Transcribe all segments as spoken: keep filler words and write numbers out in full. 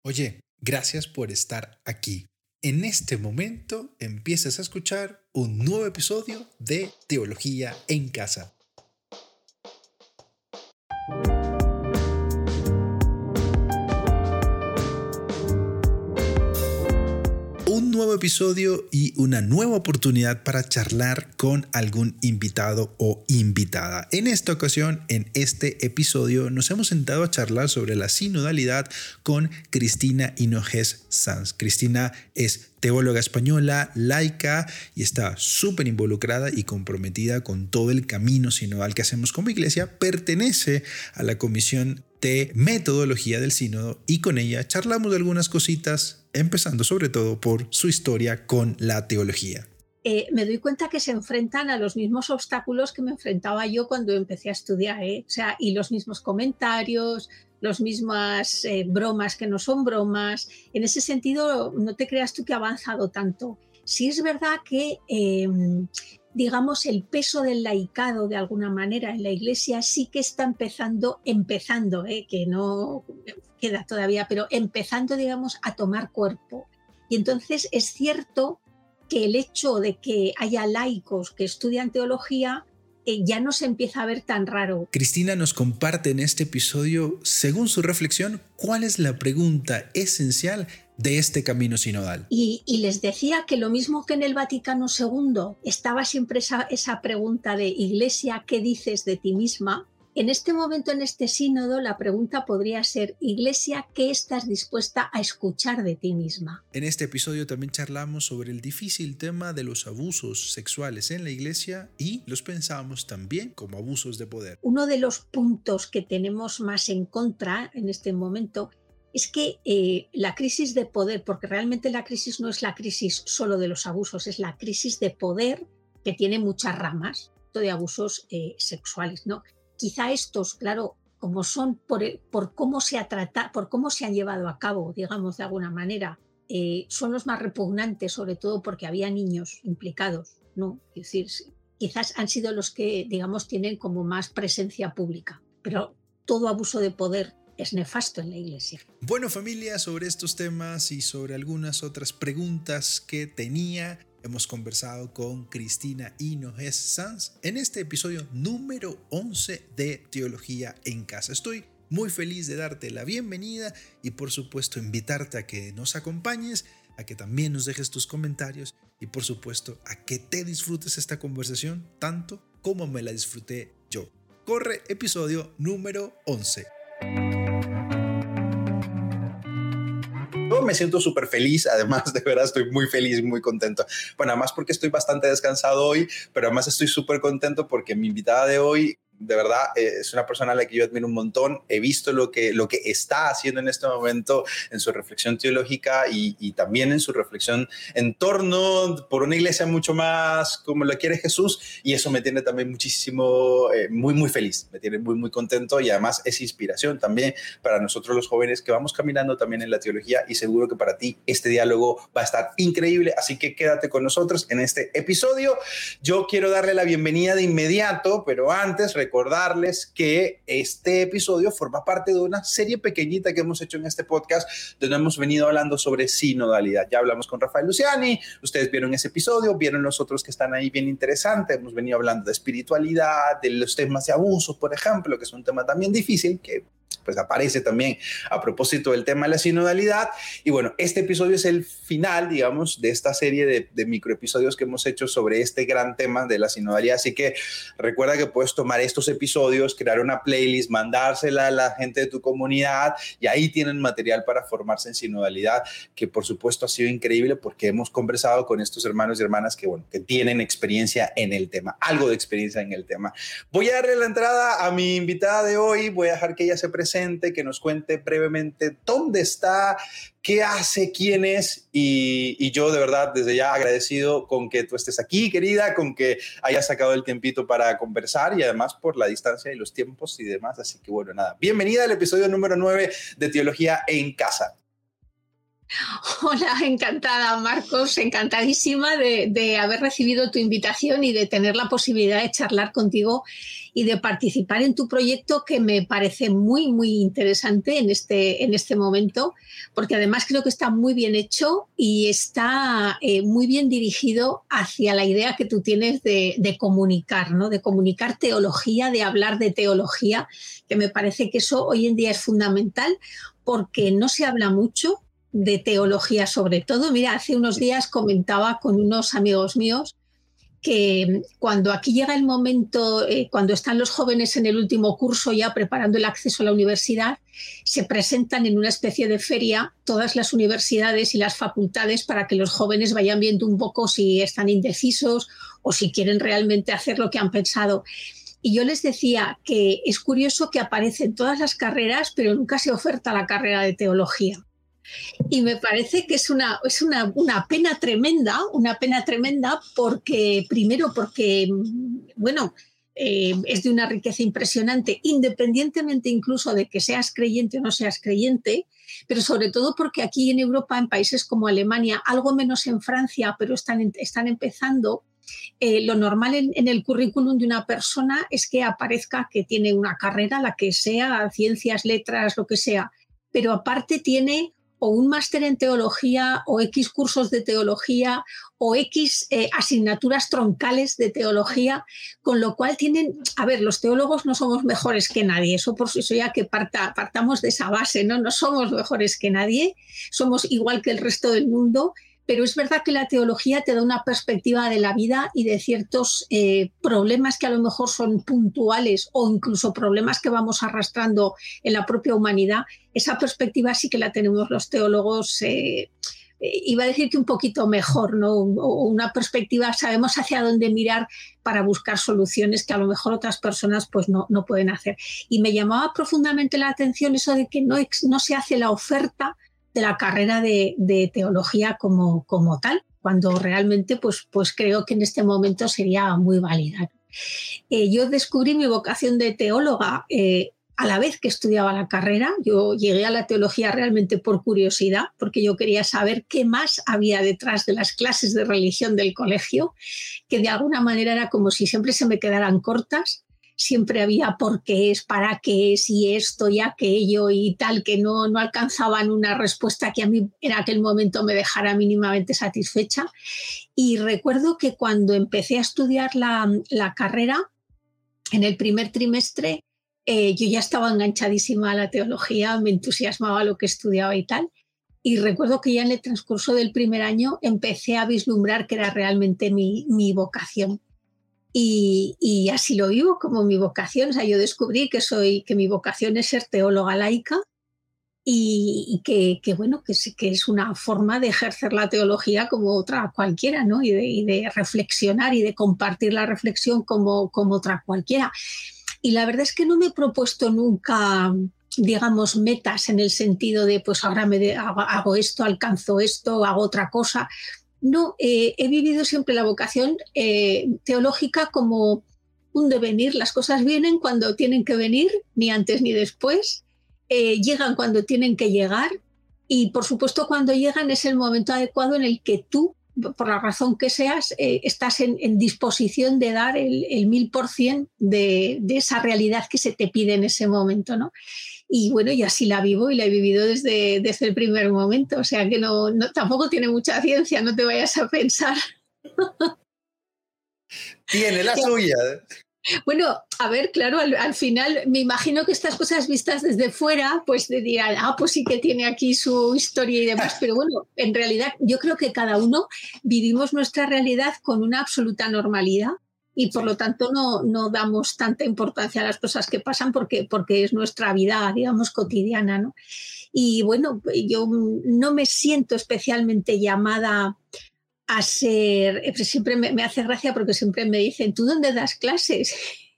Oye, gracias por estar aquí. En este momento empiezas a escuchar un nuevo episodio de Teología en Casa. Un nuevo episodio y una nueva oportunidad para charlar con algún invitado o invitada. En esta ocasión, en este episodio, nos hemos sentado a charlar sobre la sinodalidad con Cristina Hinojés Sanz. Cristina es teóloga española, laica y está súper involucrada y comprometida con todo el camino sinodal que hacemos como iglesia. Pertenece a la Comisión de Metodología del Sínodo y con ella charlamos de algunas cositas, empezando sobre todo por su historia con la teología. Eh, me doy cuenta que se enfrentan a los mismos obstáculos que me enfrentaba yo cuando empecé a estudiar, ¿eh? O sea, y los mismos comentarios, las mismas eh, bromas que no son bromas. En ese sentido, no te creas tú que ha avanzado tanto. Sí es verdad que, eh, digamos, el peso del laicado de alguna manera en la Iglesia sí que está empezando, empezando, ¿eh? Que no queda todavía, pero empezando, digamos, a tomar cuerpo. Y entonces es cierto que el hecho de que haya laicos que estudian teología eh, ya no se empieza a ver tan raro. Cristina nos comparte en este episodio, según su reflexión, cuál es la pregunta esencial de este camino sinodal. Y, y les decía que lo mismo que en el Vaticano segundo estaba siempre esa, esa pregunta de Iglesia, ¿qué dices de ti misma? En este momento, en este sínodo, la pregunta podría ser, Iglesia, ¿qué estás dispuesta a escuchar de ti misma? En este episodio también charlamos sobre el difícil tema de los abusos sexuales en la Iglesia y los pensamos también como abusos de poder. Uno de los puntos que tenemos más en contra en este momento es que eh, la crisis de poder, porque realmente la crisis no es la crisis solo de los abusos, es la crisis de poder que tiene muchas ramas de abusos eh, sexuales, ¿no? Quizá estos, claro, como son por, por, cómo se ha tratado, por cómo se han llevado a cabo, digamos, de alguna manera, eh, son los más repugnantes, sobre todo porque había niños implicados, ¿no? Es decir, quizás han sido los que, digamos, tienen como más presencia pública, pero todo abuso de poder es nefasto en la Iglesia. Bueno, familia, sobre estos temas y sobre algunas otras preguntas que tenía, hemos conversado con Cristina Hinojés Sanz en este episodio número once de Teología en Casa. Estoy muy feliz de darte la bienvenida y por supuesto invitarte a que nos acompañes, a que también nos dejes tus comentarios y por supuesto a que te disfrutes esta conversación tanto como me la disfruté yo. Corre episodio número once. Yo me siento súper feliz, además de verdad estoy muy feliz y muy contento. Bueno, además porque estoy bastante descansado hoy, pero además estoy súper contento porque mi invitada de hoy, de verdad, eh, es una persona a la que yo admiro un montón. He visto lo que, lo que está haciendo en este momento en su reflexión teológica y, y también en su reflexión en torno por una iglesia mucho más como la quiere Jesús, y eso me tiene también muchísimo, eh, muy, muy feliz, me tiene muy, muy contento y además es inspiración también para nosotros los jóvenes que vamos caminando también en la teología, y seguro que para ti este diálogo va a estar increíble, así que quédate con nosotros en este episodio. Yo quiero darle la bienvenida de inmediato, pero antes recordarles que este episodio forma parte de una serie pequeñita que hemos hecho en este podcast donde hemos venido hablando sobre sinodalidad. Ya hablamos con Rafael Luciani, ustedes vieron ese episodio, vieron los otros que están ahí bien interesantes. Hemos venido hablando de espiritualidad, de los temas de abuso, por ejemplo, que es un tema también difícil que pues aparece también a propósito del tema de la sinodalidad. Y bueno, este episodio es el final, digamos, de esta serie de, de microepisodios que hemos hecho sobre este gran tema de la sinodalidad. Así que recuerda que puedes tomar estos episodios, crear una playlist, mandársela a la gente de tu comunidad y ahí tienen material para formarse en sinodalidad, que por supuesto ha sido increíble porque hemos conversado con estos hermanos y hermanas que, bueno, que tienen experiencia en el tema, algo de experiencia en el tema. Voy a darle la entrada a mi invitada de hoy, voy a dejar que ella se presente, que nos cuente brevemente dónde está, qué hace, quién es, y, y yo de verdad desde ya agradecido con que tú estés aquí, querida, con que hayas sacado el tiempito para conversar y además por la distancia y los tiempos y demás. Así que bueno, nada, bienvenida al episodio número nueve de Teología en Casa. Hola, encantada, Marcos, encantadísima de, de haber recibido tu invitación y de tener la posibilidad de charlar contigo y de participar en tu proyecto, que me parece muy, muy interesante en este, en este momento, porque además creo que está muy bien hecho y está eh, muy bien dirigido hacia la idea que tú tienes de, de comunicar, ¿no? De comunicar teología, de hablar de teología, que me parece que eso hoy en día es fundamental, porque no se habla mucho de teología sobre todo. Mira, hace unos días comentaba con unos amigos míos que cuando aquí llega el momento, eh, cuando están los jóvenes en el último curso ya preparando el acceso a la universidad, se presentan en una especie de feria todas las universidades y las facultades para que los jóvenes vayan viendo un poco si están indecisos o si quieren realmente hacer lo que han pensado. Y yo les decía que es curioso que aparecen todas las carreras, pero nunca se oferta la carrera de teología. Y me parece que es una, es una, una pena tremenda, una pena tremenda porque, primero porque, bueno, eh, es de una riqueza impresionante, independientemente incluso de que seas creyente o no seas creyente, pero sobre todo porque aquí en Europa, en países como Alemania, algo menos en Francia, pero están, están empezando, eh, lo normal en, en el currículum de una persona es que aparezca que tiene una carrera, la que sea, ciencias, letras, lo que sea, pero aparte tiene o un máster en teología, o X cursos de teología, o X eh, asignaturas troncales de teología, con lo cual tienen, a ver, los teólogos no somos mejores que nadie, eso por eso ya que parta, partamos de esa base, ¿no? No somos mejores que nadie, somos igual que el resto del mundo, pero es verdad que la teología te da una perspectiva de la vida y de ciertos eh, problemas que a lo mejor son puntuales o incluso problemas que vamos arrastrando en la propia humanidad. Esa perspectiva sí que la tenemos los teólogos, eh, eh, iba a decir que un poquito mejor, ¿no? O una perspectiva, sabemos hacia dónde mirar para buscar soluciones que a lo mejor otras personas pues no, no pueden hacer. Y me llamaba profundamente la atención eso de que no, no se hace la oferta de la carrera de, de teología como, como tal, cuando realmente pues, pues creo que en este momento sería muy válida. Eh, yo descubrí mi vocación de teóloga eh, a la vez que estudiaba la carrera. Yo llegué a la teología realmente por curiosidad, porque yo quería saber qué más había detrás de las clases de religión del colegio, que de alguna manera era como si siempre se me quedaran cortas. Siempre había por qué es, para qué es y esto y aquello y tal, que no, no alcanzaban una respuesta que a mí en aquel momento me dejara mínimamente satisfecha. Y recuerdo que cuando empecé a estudiar la, la carrera, en el primer trimestre, eh, yo ya estaba enganchadísima a la teología, me entusiasmaba lo que estudiaba y tal. Y recuerdo que ya en el transcurso del primer año empecé a vislumbrar que era realmente mi, mi vocación. Y, y así lo vivo como mi vocación. O sea, yo descubrí que, soy, que mi vocación es ser teóloga laica y, y que, que, bueno, que es, que es una forma de ejercer la teología como otra cualquiera, ¿no? Y de, y de reflexionar y de compartir la reflexión como, como otra cualquiera. Y la verdad es que no me he propuesto nunca, digamos, metas en el sentido de, pues ahora me de, hago, hago esto, alcanzo esto, hago otra cosa. No, eh, he vivido siempre la vocación eh, teológica como un devenir. Las cosas vienen cuando tienen que venir, ni antes ni después. Eh, llegan cuando tienen que llegar y, por supuesto, cuando llegan es el momento adecuado en el que tú, por la razón que seas, eh, estás en, en disposición de dar el, el mil por cien de, de esa realidad que se te pide en ese momento, ¿no? Y bueno, y así la vivo y la he vivido desde, desde el primer momento. O sea que no, no, tampoco tiene mucha ciencia, no te vayas a pensar. Tiene la suya. Bueno, a ver, claro, al, al final me imagino que estas cosas vistas desde fuera, pues te dirán, ah, pues sí que tiene aquí su historia y demás. Pero bueno, en realidad yo creo que cada uno vivimos nuestra realidad con una absoluta normalidad. Y por lo tanto no, no damos tanta importancia a las cosas que pasan porque, porque es nuestra vida, digamos, cotidiana, ¿no? Y bueno, yo no me siento especialmente llamada a ser... Siempre me, me hace gracia porque siempre me dicen, ¿tú dónde das clases?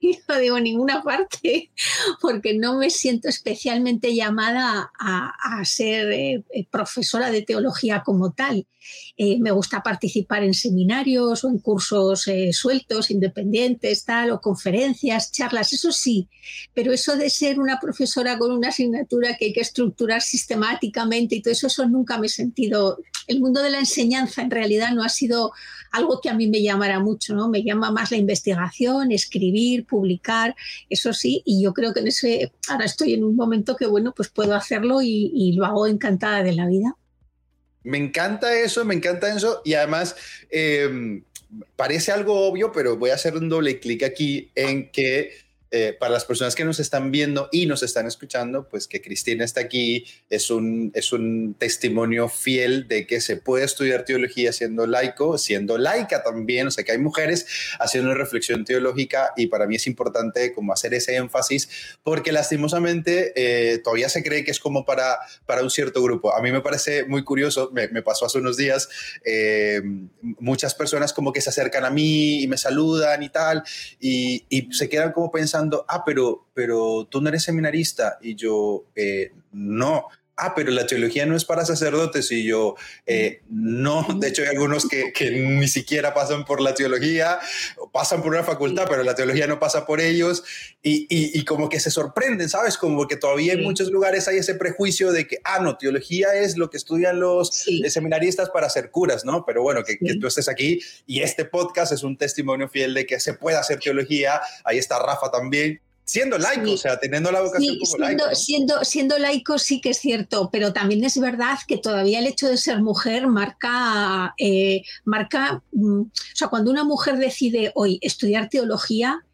y no digo ninguna parte, porque no me siento especialmente llamada a, a ser eh, profesora de teología como tal. Eh, me gusta participar en seminarios o en cursos eh, sueltos, independientes, tal, o conferencias, charlas, eso sí, pero eso de ser una profesora con una asignatura que hay que estructurar sistemáticamente y todo eso, eso nunca me he sentido. El mundo de la enseñanza en realidad no ha sido algo que a mí me llamara mucho, ¿no? Me llama más la investigación, escribir, publicar, eso sí, y yo creo que en ese, ahora estoy en un momento que, bueno, pues puedo hacerlo y, y lo hago encantada de la vida. Me encanta eso, me encanta eso, y además eh, parece algo obvio, pero voy a hacer un doble clic aquí en que eh, para las personas que nos están viendo y nos están escuchando, pues que Cristina está aquí es un, es un testimonio fiel de que se puede estudiar teología siendo laico, siendo laica también, o sea que hay mujeres haciendo una reflexión teológica, y para mí es importante como hacer ese énfasis, porque lastimosamente eh, todavía se cree que es como para, para un cierto grupo. A mí me parece muy curioso, me, me pasó hace unos días, eh, muchas personas como que se acercan a mí y me saludan y tal, y, y se quedan como pensando, ah, pero, pero tú no eres seminarista, y yo, eh, no. Ah, pero la teología no es para sacerdotes, y yo, eh, no. De hecho, hay algunos que, que ni siquiera pasan por la teología, pasan por una facultad, pero la teología no pasa por ellos, y, y, y como que se sorprenden, ¿sabes? Como que todavía en sí. muchos lugares hay ese prejuicio de que, ah, no, teología es lo que estudian los sí. seminaristas para ser curas, ¿no? Pero bueno, que, sí. que tú estés aquí, y este podcast es un testimonio fiel de que se puede hacer teología. Ahí está Rafa también. Siendo laico, sí. o sea, teniendo la vocación sí, como siendo, laico, ¿no? Siendo, siendo laico sí que es cierto, pero también es verdad que todavía el hecho de ser mujer marca, eh, marca mm, o sea, cuando una mujer decide hoy estudiar teología,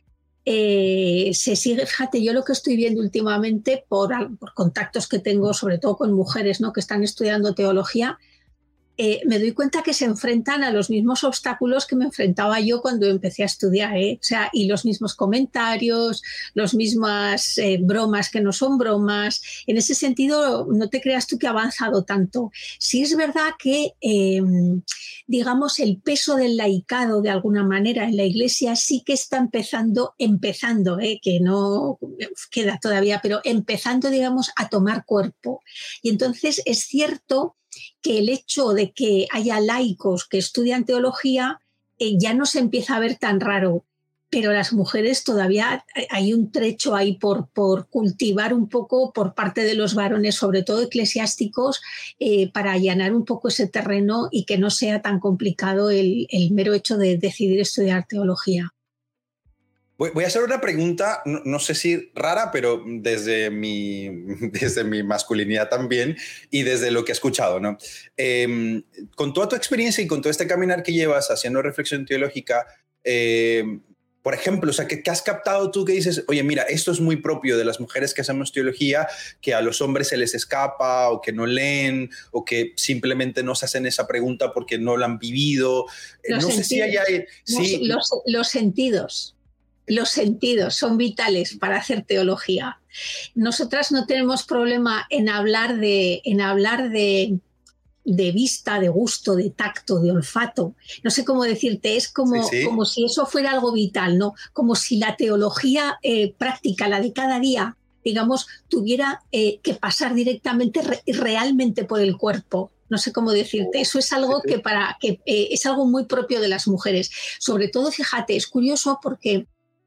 eh, se sigue, fíjate, yo lo que estoy viendo últimamente por, por contactos que tengo, sobre todo con mujeres, ¿no?, que están estudiando teología, Eh, me doy cuenta que se enfrentan a los mismos obstáculos que me enfrentaba yo cuando empecé a estudiar, ¿eh? O sea, y los mismos comentarios, las mismas eh, bromas que no son bromas. En ese sentido, no te creas tú que ha avanzado tanto. Sí es verdad que, eh, digamos, el peso del laicado, de alguna manera, en la Iglesia sí que está empezando, empezando, ¿eh? Que no queda todavía, pero empezando, digamos, a tomar cuerpo. Y entonces es cierto que el hecho de que haya laicos que estudian teología eh, ya no se empieza a ver tan raro, pero las mujeres todavía hay un trecho ahí por, por cultivar un poco por parte de los varones, sobre todo eclesiásticos, eh, para allanar un poco ese terreno y que no sea tan complicado el, el mero hecho de decidir estudiar teología. Voy a hacer una pregunta, no, no sé si rara, pero desde mi, desde mi masculinidad también y desde lo que he escuchado, ¿no? Eh, con toda tu experiencia y con todo este caminar que llevas haciendo reflexión teológica, eh, por ejemplo, o sea, ¿qué, ¿qué has captado tú que dices, oye, mira, esto es muy propio de las mujeres que hacemos teología, que a los hombres se les escapa o que no leen o que simplemente no se hacen esa pregunta porque no la han vivido? Los no sentidos, sé si hay... hay sí. los, los sentidos. Los sentidos son vitales para hacer teología. Nosotras no tenemos problema en hablar de, en hablar de, de vista, de gusto, de tacto, de olfato. No sé cómo decirte, es como, sí, sí. como si eso fuera algo vital, ¿no? Como si la teología eh, práctica, la de cada día, digamos, tuviera eh, que pasar directamente, re, realmente por el cuerpo. No sé cómo decirte, eso es algo que, para, que eh, es algo muy propio de las mujeres. Sobre todo, fíjate, es curioso porque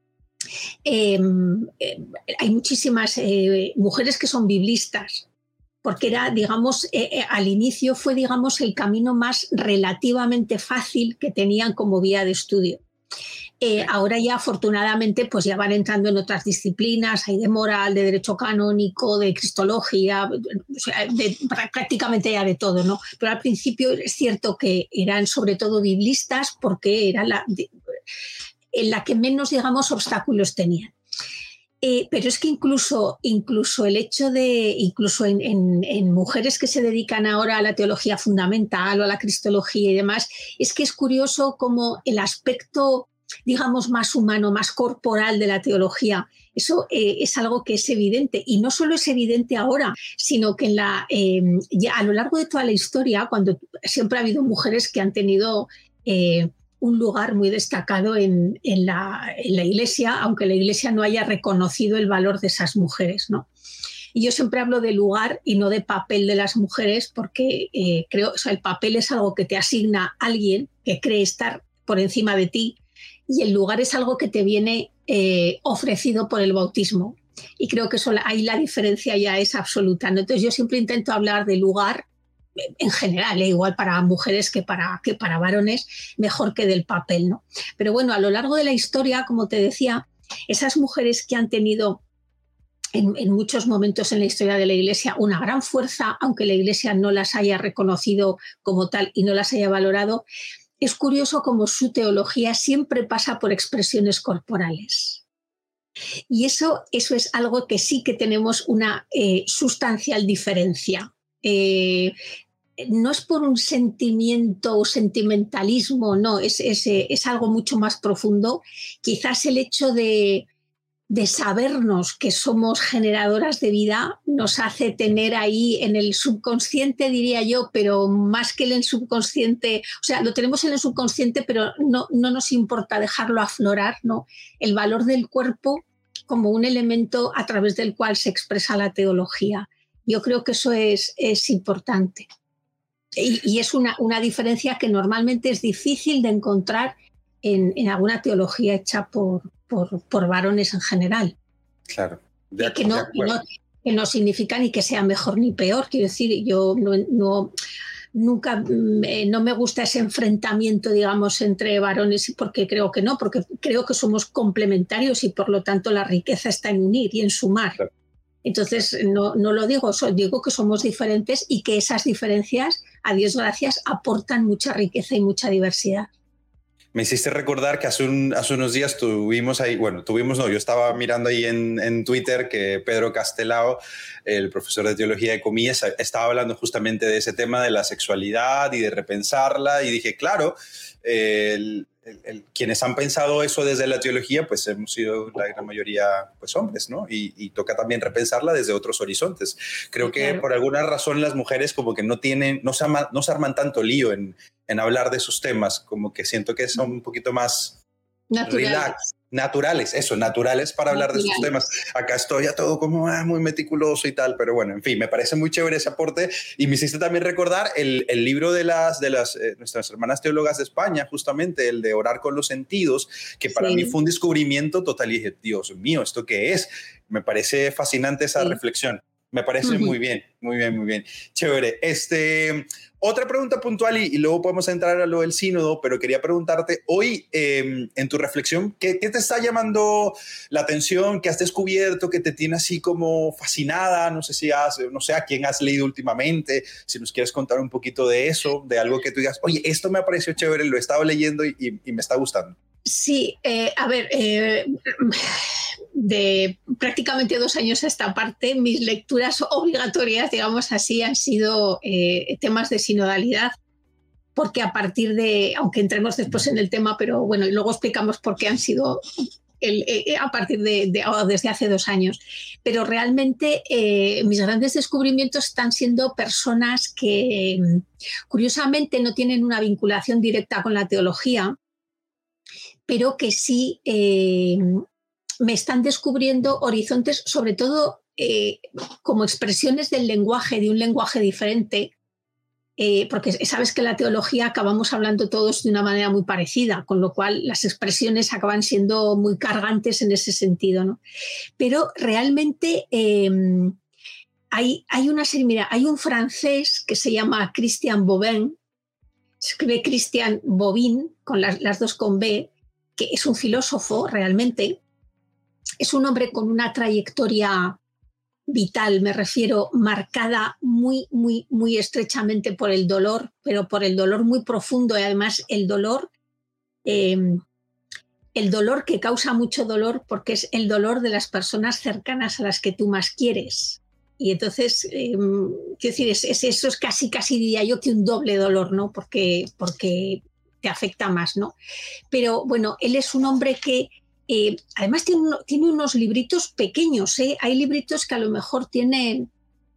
Eh, eh, hay muchísimas eh, mujeres que son biblistas, porque era, digamos, eh, eh, al inicio fue, digamos, el camino más relativamente fácil que tenían como vía de estudio. Eh, ahora ya, afortunadamente, pues ya van entrando en otras disciplinas, hay de moral, de derecho canónico, de cristología, o sea, de, prácticamente ya de todo, ¿no? Pero al principio es cierto que eran sobre todo biblistas porque era la... De, en la que menos, digamos, obstáculos tenían. Eh, pero es que incluso, incluso el hecho de, incluso en, en, en mujeres que se dedican ahora a la teología fundamental o a la cristología y demás, es que es curioso cómo el aspecto, digamos, más humano, más corporal de la teología, eso eh, es algo que es evidente. Y no solo es evidente ahora, sino que en la, eh, ya a lo largo de toda la historia, cuando siempre ha habido mujeres que han tenido... Eh, un lugar muy destacado en, en, la, en la Iglesia, aunque la Iglesia no haya reconocido el valor de esas mujeres, ¿no? Y yo siempre hablo de lugar y no de papel de las mujeres, porque eh, creo, o sea, el papel es algo que te asigna alguien que cree estar por encima de ti, y el lugar es algo que te viene eh, ofrecido por el bautismo. Y creo que eso, ahí la diferencia ya es absoluta, ¿no? Entonces yo siempre intento hablar de lugar en general, ¿eh? Igual para mujeres que para, que para varones, mejor que del papel, ¿no? Pero bueno, a lo largo de la historia, como te decía, esas mujeres que han tenido en, en muchos momentos en la historia de la Iglesia una gran fuerza, aunque la Iglesia no las haya reconocido como tal y no las haya valorado, es curioso cómo su teología siempre pasa por expresiones corporales. Y eso, eso es algo que sí que tenemos una eh, sustancial diferencia. Eh, no es por un sentimiento o sentimentalismo, no, es, es, es algo mucho más profundo. Quizás el hecho de, de sabernos que somos generadoras de vida nos hace tener ahí en el subconsciente, diría yo, pero más que en el subconsciente, o sea, lo tenemos en el subconsciente, pero no, no nos importa dejarlo aflorar, ¿no? El valor del cuerpo como un elemento a través del cual se expresa la teología. Yo creo que eso es, es importante. Y, y es una, una diferencia que normalmente es difícil de encontrar en, en alguna teología hecha por, por, por varones en general. Claro. De acuerdo, que, no, que, no, que no significa ni que sea mejor ni peor. Quiero decir, yo no, no, nunca eh, no me gusta ese enfrentamiento, digamos, entre varones, porque creo que no, porque creo que somos complementarios y por lo tanto la riqueza está en unir y en sumar. Claro. Entonces, no, no lo digo, digo que somos diferentes y que esas diferencias, a Dios gracias, aportan mucha riqueza y mucha diversidad. Me hiciste recordar que hace, un, hace unos días tuvimos ahí, bueno, tuvimos, no, yo estaba mirando ahí en, en Twitter que Pedro Castelao, el profesor de teología de comillas, estaba hablando justamente de ese tema de la sexualidad y de repensarla, y dije, claro, eh, el, el, el, quienes han pensado eso desde la teología, pues hemos sido la gran mayoría pues hombres, ¿no? Y, y toca también repensarla desde otros horizontes. Creo que claro, por alguna razón las mujeres como que no tienen, no se, ama, no se arman tanto lío en, en hablar de esos temas, como que siento que son un poquito más naturales, relax, naturales, eso, naturales para hablar naturales. De estos temas. Acá estoy ya todo como ah, muy meticuloso y tal, pero bueno, en fin, me parece muy chévere ese aporte y me hiciste también recordar el, el libro de las de las eh, nuestras hermanas teólogas de España, justamente el de Orar con los sentidos, que para sí. mí fue un descubrimiento total y dije, Dios mío, ¿esto qué es? Me parece fascinante esa sí. reflexión. Me parece uh-huh. muy bien, muy bien, muy bien. Chévere. Este, otra pregunta puntual y, y luego podemos entrar a lo del sínodo, pero quería preguntarte hoy eh, en tu reflexión, ¿qué, ¿qué te está llamando la atención? ¿Qué has descubierto? ¿Qué te tiene así como fascinada? No sé si has, no sé a quién has leído últimamente, si nos quieres contar un poquito de eso, de algo que tú digas, oye, esto me pareció chévere, lo he estado leyendo y, y, y me está gustando. Sí, eh, a ver, eh, de prácticamente dos años a esta parte, mis lecturas obligatorias, digamos así, han sido eh, temas de sinodalidad, porque a partir de, aunque entremos después en el tema, pero bueno, y luego explicamos por qué han sido el, eh, a partir de, de oh, desde hace dos años. Pero realmente eh, mis grandes descubrimientos están siendo personas que curiosamente no tienen una vinculación directa con la teología, pero que sí eh, me están descubriendo horizontes, sobre todo eh, como expresiones del lenguaje, de un lenguaje diferente, eh, porque sabes que en la teología acabamos hablando todos de una manera muy parecida, con lo cual las expresiones acaban siendo muy cargantes en ese sentido, ¿no? Pero realmente eh, hay, hay una serie, mira, hay un francés que se llama Christian Bobin, se escribe Christian Bobin, con las, las dos con B, que es un filósofo realmente, es un hombre con una trayectoria vital, me refiero, marcada muy, muy, muy estrechamente por el dolor, pero por el dolor muy profundo y además el dolor, eh, el dolor que causa mucho dolor porque es el dolor de las personas cercanas a las que tú más quieres. Y entonces, eh, quiero decir, es, es, eso es casi, casi diría yo que un doble dolor, ¿no? Porque, porque te afecta más, ¿no? Pero bueno, él es un hombre que eh, además tiene, uno, tiene unos libritos pequeños, ¿eh? Hay libritos que a lo mejor tienen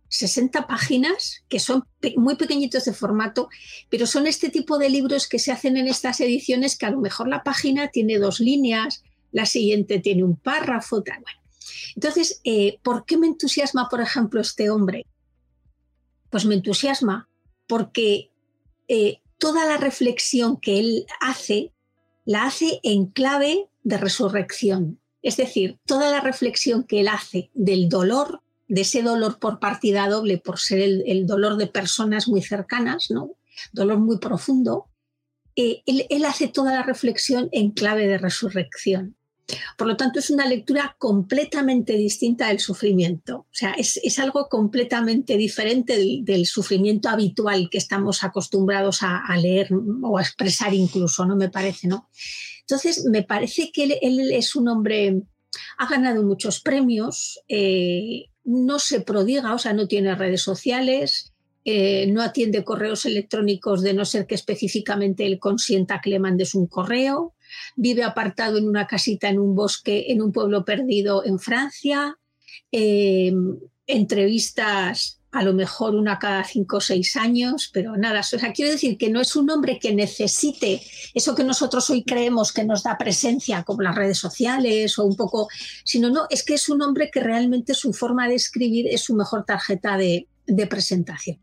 sesenta páginas, que son pe- muy pequeñitos de formato, pero son este tipo de libros que se hacen en estas ediciones que a lo mejor la página tiene dos líneas, la siguiente tiene un párrafo, tal. Bueno. Entonces, eh, ¿por qué me entusiasma, por ejemplo, este hombre? Pues me entusiasma porque eh, toda la reflexión que él hace, la hace en clave de resurrección. Es decir, toda la reflexión que él hace del dolor, de ese dolor por partida doble, por ser el, el dolor de personas muy cercanas, ¿no? Dolor muy profundo, eh, él, él hace toda la reflexión en clave de resurrección. Por lo tanto, es una lectura completamente distinta del sufrimiento. O sea, es, es algo completamente diferente del, del sufrimiento habitual que estamos acostumbrados a, a leer o a expresar incluso, ¿no? Me parece, ¿no? Entonces, me parece que él, él es un hombre, ha ganado muchos premios, eh, no se prodiga, o sea, no tiene redes sociales, eh, no atiende correos electrónicos de no ser que específicamente él consienta que le mandes un correo, vive apartado en una casita en un bosque, en un pueblo perdido en Francia, eh, entrevistas a lo mejor una cada cinco o seis años, pero nada, o sea, quiero decir que no es un hombre que necesite eso que nosotros hoy creemos que nos da presencia, como las redes sociales o un poco, sino no, es que es un hombre que realmente su forma de escribir es su mejor tarjeta de, de presentación.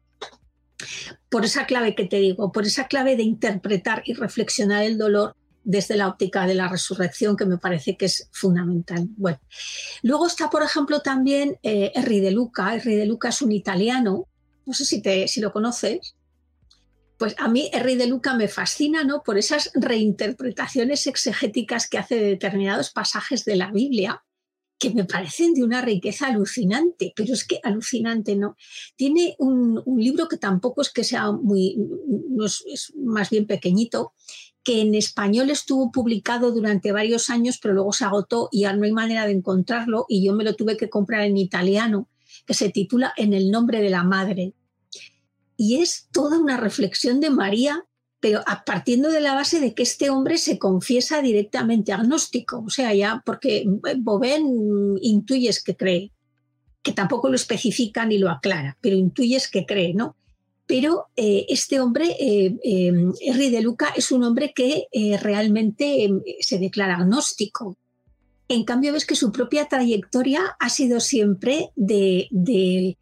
Por esa clave que te digo, por esa clave de interpretar y reflexionar el dolor desde la óptica de la resurrección, que me parece que es fundamental. Bueno, luego está, por ejemplo, también eh, Henri de Luca. Henri de Luca es un italiano, no sé si, te, si lo conoces. Pues a mí Henri de Luca me fascina, ¿no? Por esas reinterpretaciones exegéticas que hace de determinados pasajes de la Biblia, que me parecen de una riqueza alucinante, pero es que alucinante, ¿no? Tiene un, un libro que tampoco es que sea muy, no es, es más bien pequeñito, que en español estuvo publicado durante varios años, pero luego se agotó y ya no hay manera de encontrarlo, y yo me lo tuve que comprar en italiano, que se titula En el nombre de la madre. Y es toda una reflexión de María, pero partiendo de la base de que este hombre se confiesa directamente agnóstico, o sea, ya porque Bobén intuyes que cree, que tampoco lo especifica ni lo aclara, pero intuyes que cree, ¿no? Pero eh, este hombre, eh, eh, Henri de Luca, es un hombre que eh, realmente eh, se declara agnóstico. En cambio, ves que su propia trayectoria ha sido siempre de, de,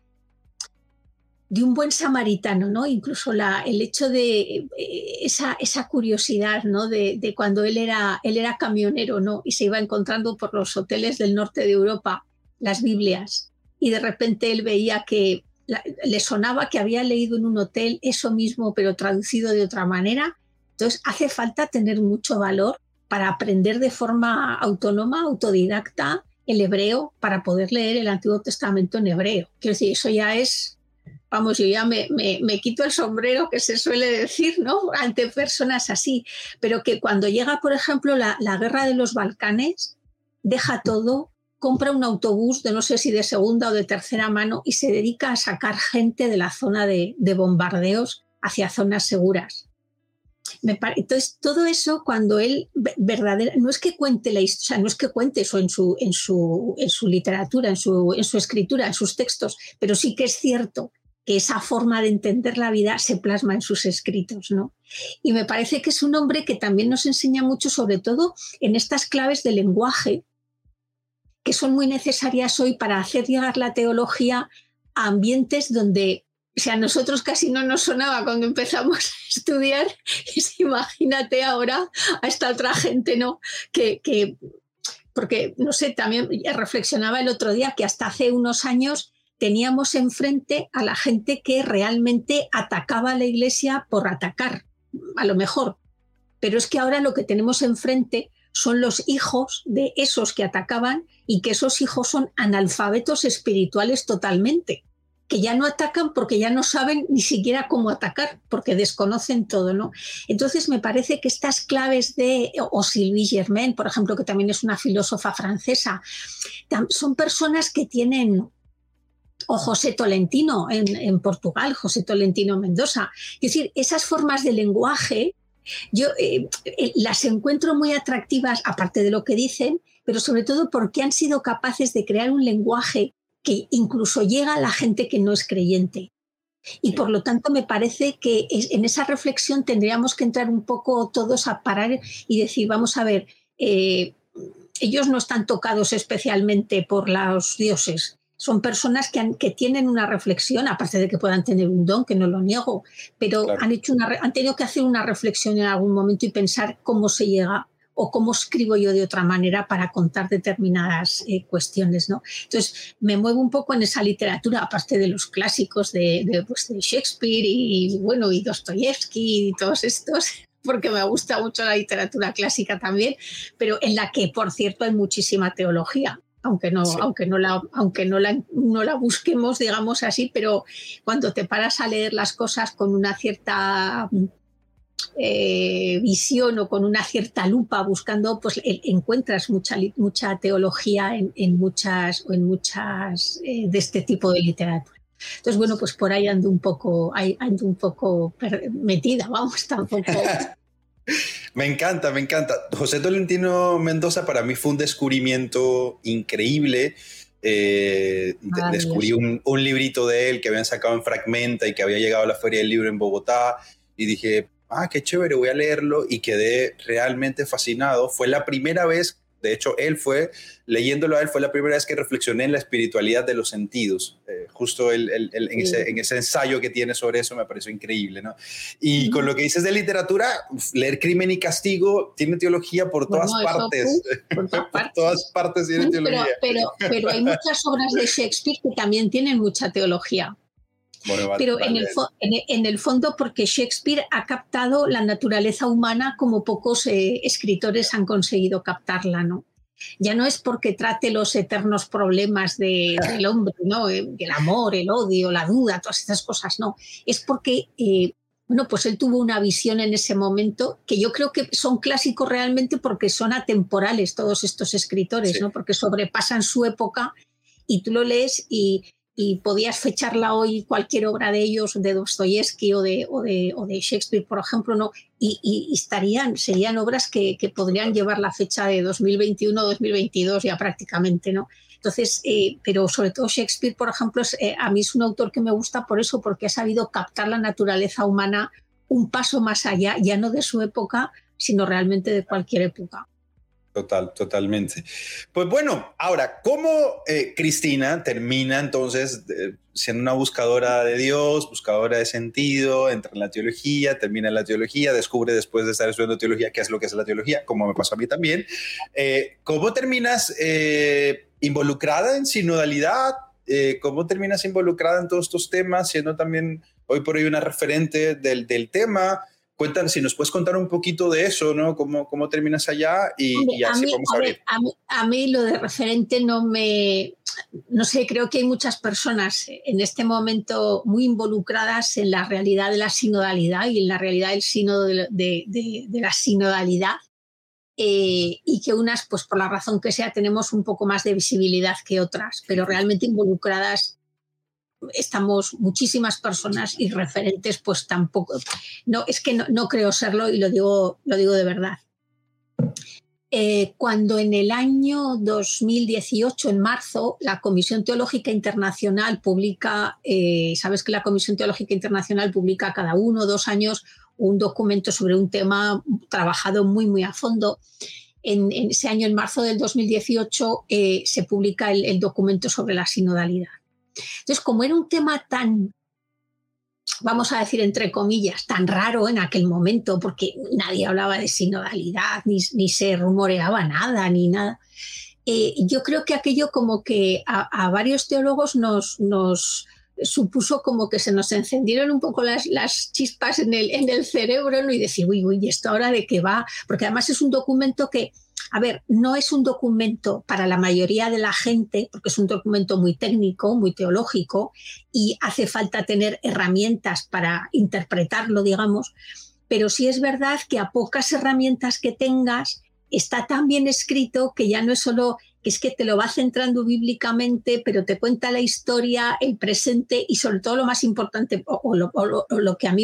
de un buen samaritano, ¿no? Incluso la, el hecho de eh, esa, esa curiosidad, ¿no? De, de cuando él era, él era camionero, ¿no? Y se iba encontrando por los hoteles del norte de Europa las Biblias, y de repente él veía que le sonaba que había leído en un hotel eso mismo, pero traducido de otra manera. Entonces, hace falta tener mucho valor para aprender de forma autónoma, autodidacta, el hebreo, para poder leer el Antiguo Testamento en hebreo. Quiero decir, eso ya es, vamos, yo ya me, me, me quito el sombrero, que se suele decir, ¿no? Ante personas así. Pero que cuando llega, por ejemplo, la, la guerra de los Balcanes, deja todo, compra un autobús de no sé si de segunda o de tercera mano y se dedica a sacar gente de la zona de, de bombardeos hacia zonas seguras. Me pare... Entonces, todo eso cuando él verdadera, no es que cuente la historia, o sea, no es que cuente eso en su, en su, en su literatura, en su, en su escritura, en sus textos, pero sí que es cierto que esa forma de entender la vida se plasma en sus escritos, ¿no? Y me parece que es un hombre que también nos enseña mucho, sobre todo en estas claves de lenguaje, que son muy necesarias hoy para hacer llegar la teología a ambientes donde, o sea, a nosotros casi no nos sonaba cuando empezamos a estudiar, y imagínate ahora a esta otra gente, ¿no? Que, que, porque, no sé, también reflexionaba el otro día que hasta hace unos años teníamos enfrente a la gente que realmente atacaba a la Iglesia por atacar, a lo mejor, pero es que ahora lo que tenemos enfrente son los hijos de esos que atacaban, y que esos hijos son analfabetos espirituales totalmente, que ya no atacan porque ya no saben ni siquiera cómo atacar, porque desconocen todo, ¿no? Entonces me parece que estas claves de, o Sylvie Germain, por ejemplo, que también es una filósofa francesa, son personas que tienen, o José Tolentino en, en Portugal, José Tolentino Mendoza, es decir, esas formas de lenguaje, yo eh, eh, las encuentro muy atractivas, aparte de lo que dicen, pero sobre todo porque han sido capaces de crear un lenguaje que incluso llega a la gente que no es creyente. Y sí. Por lo tanto me parece que en esa reflexión tendríamos que entrar un poco todos a parar y decir, vamos a ver, eh, ellos no están tocados especialmente por los dioses. Son personas que, han, que tienen una reflexión, aparte de que puedan tener un don, que no lo niego, pero claro. han, hecho una, han tenido que hacer una reflexión en algún momento y pensar cómo se llega o cómo escribo yo de otra manera para contar determinadas eh, cuestiones, ¿no? Entonces, me muevo un poco en esa literatura, aparte de los clásicos de, de, pues, de Shakespeare y, bueno, y Dostoyevsky y todos estos, porque me gusta mucho la literatura clásica también, pero en la que, por cierto, hay muchísima teología. Aunque, no, sí. aunque, no, la, aunque no, la, no la busquemos, digamos así, pero cuando te paras a leer las cosas con una cierta eh, visión o con una cierta lupa buscando, pues eh, encuentras mucha, mucha teología en, en muchas, en muchas eh, de este tipo de literatura. Entonces, bueno, pues por ahí ando un poco, ando un poco metida, vamos, tampoco... Me encanta, me encanta. José Tolentino Mendoza para mí fue un descubrimiento increíble. Eh, de, descubrí un, un librito de él que habían sacado en Fragmenta y que había llegado a la Feria del Libro en Bogotá y dije, ah, qué chévere, voy a leerlo, y quedé realmente fascinado. Fue la primera vez, de hecho él fue, leyéndolo a él, fue la primera vez que reflexioné en la espiritualidad de los sentidos. Eh, justo el, el, el, en, sí. ese, en ese ensayo que tiene sobre eso me pareció increíble, ¿no? Y mm. con lo que dices de literatura, leer Crimen y Castigo tiene teología por todas bueno, partes. Por todas por partes. todas partes tiene pero, teología. Pero, pero hay muchas obras de Shakespeare que también tienen mucha teología. Bueno, pero vale. en, el en, en el fondo porque Shakespeare ha captado la naturaleza humana como pocos eh, escritores han conseguido captarla, ¿no? Ya no es porque trate los eternos problemas de, del hombre, ¿no? El amor, el odio, la duda, todas estas cosas, no. Es porque, eh, bueno, pues él tuvo una visión en ese momento que yo creo que son clásicos realmente porque son atemporales todos estos escritores, sí. ¿no? Porque sobrepasan su época y tú lo lees y... y podías fecharla hoy cualquier obra de ellos, de Dostoyevsky o de, o de, o de Shakespeare, por ejemplo, ¿no? y, y, y estarían, serían obras que, que podrían llevar la fecha de dos mil veintiuno dos mil veintidós ya prácticamente, ¿no? Entonces, eh, pero sobre todo Shakespeare, por ejemplo, es, eh, a mí es un autor que me gusta por eso, porque ha sabido captar la naturaleza humana un paso más allá, ya no de su época, sino realmente de cualquier época. Total, totalmente. Pues bueno, ahora, ¿cómo eh, Cristina termina entonces eh, siendo una buscadora de Dios, buscadora de sentido, entra en la teología, termina en la teología, descubre después de estar estudiando teología qué es lo que es la teología, como me pasó a mí también? Eh, ¿Cómo terminas eh, involucrada en sinodalidad? Eh, ¿Cómo terminas involucrada en todos estos temas, siendo también hoy por hoy una referente del, del tema? Cuéntanos, si nos puedes contar un poquito de eso, ¿no? ¿Cómo, cómo terminas allá? Y, Hombre, y así a mí, vamos a, a, ver, ver, a, mí, a mí lo de referente no me... No sé, creo que hay muchas personas en este momento muy involucradas en la realidad de la sinodalidad y en la realidad del sínodo de, de, de, de la sinodalidad eh, y que unas, pues por la razón que sea, tenemos un poco más de visibilidad que otras, pero realmente involucradas estamos muchísimas personas y referentes pues tampoco, no, es que no, no creo serlo y lo digo, lo digo de verdad. Eh, cuando en el año dos mil dieciocho, en marzo, la Comisión Teológica Internacional publica, eh, sabes que la Comisión Teológica Internacional publica cada uno o dos años un documento sobre un tema trabajado muy, muy a fondo. En, en ese año, en marzo del dos mil dieciocho, eh, se publica el, el documento sobre la sinodalidad. Entonces, como era un tema tan, vamos a decir entre comillas, tan raro en aquel momento, porque nadie hablaba de sinodalidad, ni, ni se rumoreaba nada, ni nada, eh, yo creo que aquello como que a, a varios teólogos nos, nos supuso como que se nos encendieron un poco las, las chispas en el, en el cerebro, ¿no? Y decir, uy, uy, ¿esto ahora de qué va? Porque además es un documento que, a ver, no es un documento para la mayoría de la gente, porque es un documento muy técnico, muy teológico, y hace falta tener herramientas para interpretarlo, digamos, pero sí es verdad que a pocas herramientas que tengas está tan bien escrito que ya no es solo que es que te lo va centrando bíblicamente, pero te cuenta la historia, el presente y sobre todo lo más importante, o, o, lo, o, lo, o lo que a mí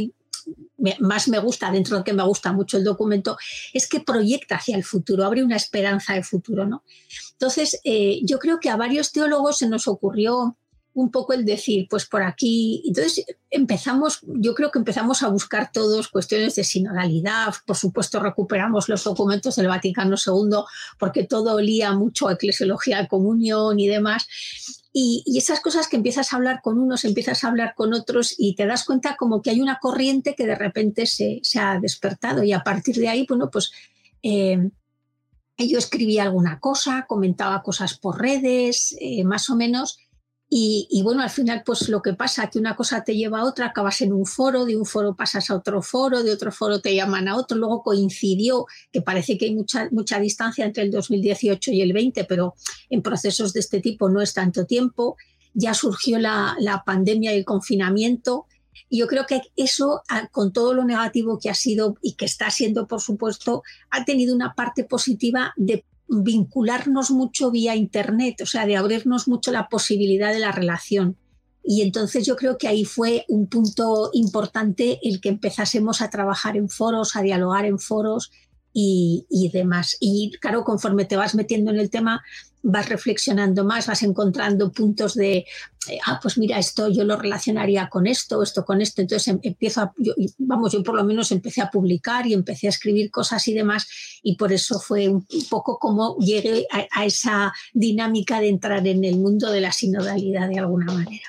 me, más me gusta, dentro de que me gusta mucho el documento, es que proyecta hacia el futuro, abre una esperanza de futuro, ¿no? Entonces, eh, yo creo que a varios teólogos se nos ocurrió un poco el decir, pues por aquí. Entonces empezamos, yo creo que empezamos a buscar todos cuestiones de sinodalidad. Por supuesto, recuperamos los documentos del Vaticano segundo porque todo olía mucho a eclesiología de comunión y demás. Y, y esas cosas que empiezas a hablar con unos, empiezas a hablar con otros y te das cuenta como que hay una corriente que de repente se, se ha despertado. Y a partir de ahí, bueno, pues eh, yo escribía alguna cosa, comentaba cosas por redes, eh, más o menos. Y, y bueno, al final pues lo que pasa, que una cosa te lleva a otra, acabas en un foro, de un foro pasas a otro foro, de otro foro te llaman a otro, luego coincidió, que parece que hay mucha, mucha distancia entre el dos mil dieciocho y el veinte, pero en procesos de este tipo no es tanto tiempo, ya surgió la, la pandemia y el confinamiento, y yo creo que eso, con todo lo negativo que ha sido y que está siendo, por supuesto, ha tenido una parte positiva de vincularnos mucho vía internet, o sea, de abrirnos mucho la posibilidad de la relación. Y entonces yo creo que ahí fue un punto importante el que empezásemos a trabajar en foros, a dialogar en foros y, y demás. Y claro, conforme te vas metiendo en el tema, vas reflexionando más, vas encontrando puntos de, eh, ah, pues mira, esto yo lo relacionaría con esto, esto con esto. Entonces empiezo a, yo, vamos, yo por lo menos empecé a publicar y empecé a escribir cosas y demás, y por eso fue un poco como llegué a, a esa dinámica de entrar en el mundo de la sinodalidad de alguna manera.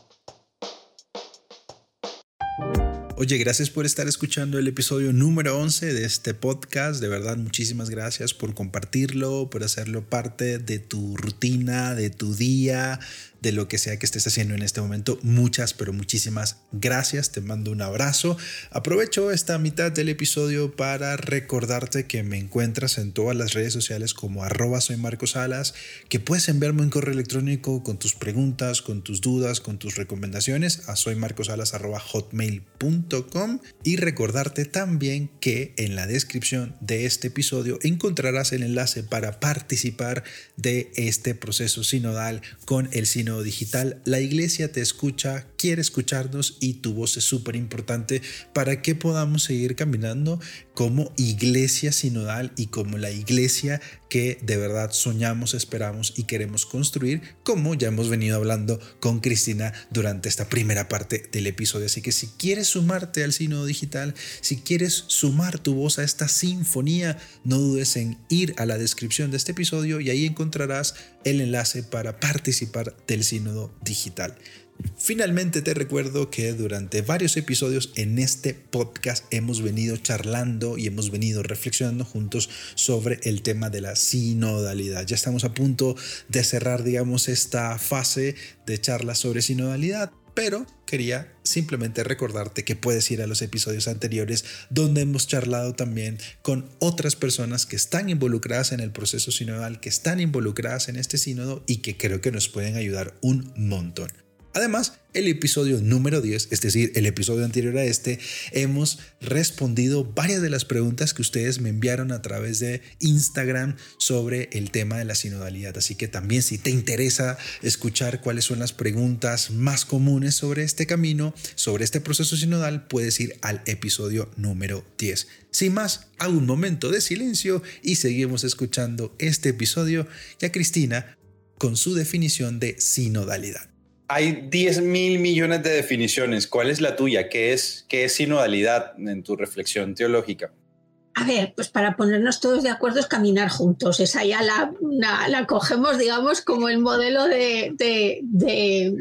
Oye, gracias por estar escuchando el episodio número once de este podcast. De verdad, muchísimas gracias por compartirlo, por hacerlo parte de tu rutina, de tu día, de lo que sea que estés haciendo en este momento. Muchas, pero muchísimas gracias. Te mando un abrazo. Aprovecho esta mitad del episodio para recordarte que me encuentras en todas las redes sociales como arroba soy Marcos Salas, que puedes enviarme un correo electrónico con tus preguntas, con tus dudas, con tus recomendaciones a soymarcosalas arroba hotmail punto com, y recordarte también que en la descripción de este episodio encontrarás el enlace para participar de este proceso sinodal con el Sínodo Digital. La iglesia te escucha, quiere escucharnos y tu voz es súper importante para que podamos seguir caminando como iglesia sinodal y como la iglesia que de verdad soñamos, esperamos y queremos construir, como ya hemos venido hablando con Cristina durante esta primera parte del episodio. Así que si quieres sumarte al Sínodo Digital, si quieres sumar tu voz a esta sinfonía, no dudes en ir a la descripción de este episodio y ahí encontrarás el enlace para participar del Sínodo Digital. Finalmente te recuerdo que durante varios episodios en este podcast hemos venido charlando y hemos venido reflexionando juntos sobre el tema de la sinodalidad. Ya estamos a punto de cerrar, digamos, esta fase de charlas sobre sinodalidad, pero quería simplemente recordarte que puedes ir a los episodios anteriores donde hemos charlado también con otras personas que están involucradas en el proceso sinodal, que están involucradas en este sínodo y que creo que nos pueden ayudar un montón. Además, el episodio número diez, es decir, el episodio anterior a este, hemos respondido varias de las preguntas que ustedes me enviaron a través de Instagram sobre el tema de la sinodalidad. Así que también, si te interesa escuchar cuáles son las preguntas más comunes sobre este camino, sobre este proceso sinodal, puedes ir al episodio número diez. Sin más, hago un momento de silencio y seguimos escuchando este episodio y a Cristina con su definición de sinodalidad. Hay diez mil millones de definiciones. ¿Cuál es la tuya? ¿Qué es, qué es sinodalidad en tu reflexión teológica? A ver, pues para ponernos todos de acuerdo es caminar juntos. Esa ya la, la, la cogemos, digamos, como el modelo de, de, de,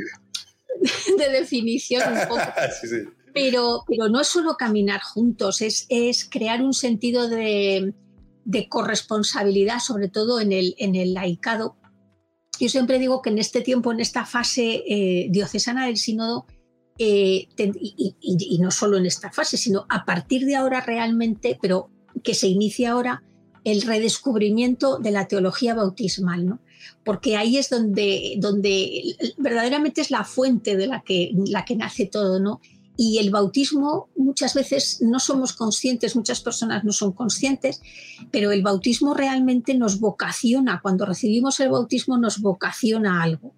de definición un poco. sí, sí. Pero, pero no es solo caminar juntos, es, es crear un sentido de, de corresponsabilidad, sobre todo en el, en el laicado. Yo siempre digo que en este tiempo, en esta fase eh, diocesana del sínodo, eh, ten, y, y, y no solo en esta fase, sino a partir de ahora realmente, pero que se inicia ahora el redescubrimiento de la teología bautismal, ¿no? Porque ahí es donde, donde verdaderamente es la fuente de la que, la que nace todo, ¿no? Y el bautismo muchas veces no somos conscientes, muchas personas no son conscientes, pero el bautismo realmente nos vocaciona. Cuando recibimos el bautismo nos vocaciona a algo.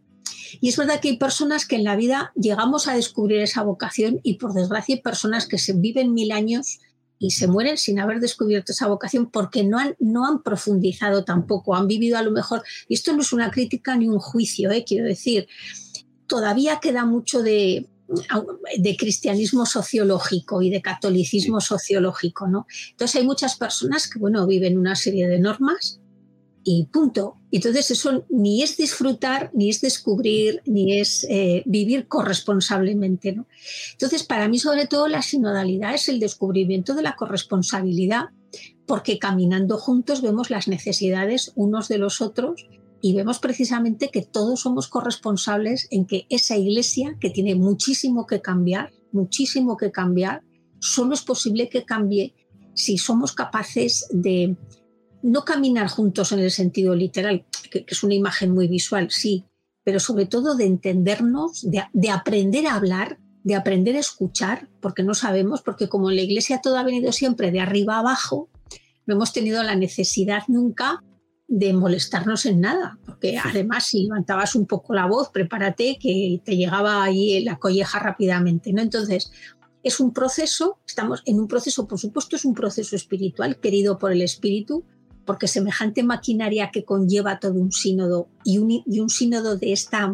Y es verdad que hay personas que en la vida llegamos a descubrir esa vocación y por desgracia hay personas que se viven mil años y se mueren sin haber descubierto esa vocación porque no han, no han profundizado tampoco, han vivido a lo mejor, y esto no es una crítica ni un juicio, ¿eh? Quiero decir, todavía queda mucho de, de cristianismo sociológico y de catolicismo sociológico, ¿no? Entonces hay muchas personas que, bueno, viven una serie de normas y punto. Entonces eso ni es disfrutar, ni es descubrir, ni es eh, vivir corresponsablemente, ¿no? Entonces para mí sobre todo la sinodalidad es el descubrimiento de la corresponsabilidad, porque caminando juntos vemos las necesidades unos de los otros y vemos precisamente que todos somos corresponsables en que esa iglesia, que tiene muchísimo que cambiar, muchísimo que cambiar, solo es posible que cambie si somos capaces de no caminar juntos en el sentido literal, que, que es una imagen muy visual, sí, pero sobre todo de entendernos, de, de aprender a hablar, de aprender a escuchar, porque no sabemos, porque como en la iglesia todo ha venido siempre de arriba a abajo, no hemos tenido la necesidad nunca de molestarnos en nada, porque además si levantabas un poco la voz, prepárate que te llegaba ahí la colleja rápidamente, ¿no? Entonces, es un proceso, estamos en un proceso, por supuesto, es un proceso espiritual querido por el Espíritu, porque semejante maquinaria que conlleva todo un sínodo y un, y un sínodo de esta,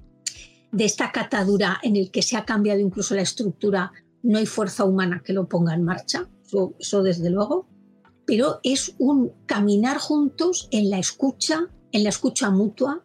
de esta catadura en el que se ha cambiado incluso la estructura, no hay fuerza humana que lo ponga en marcha, eso, eso desde luego, pero es un caminar juntos en la escucha, en la escucha mutua,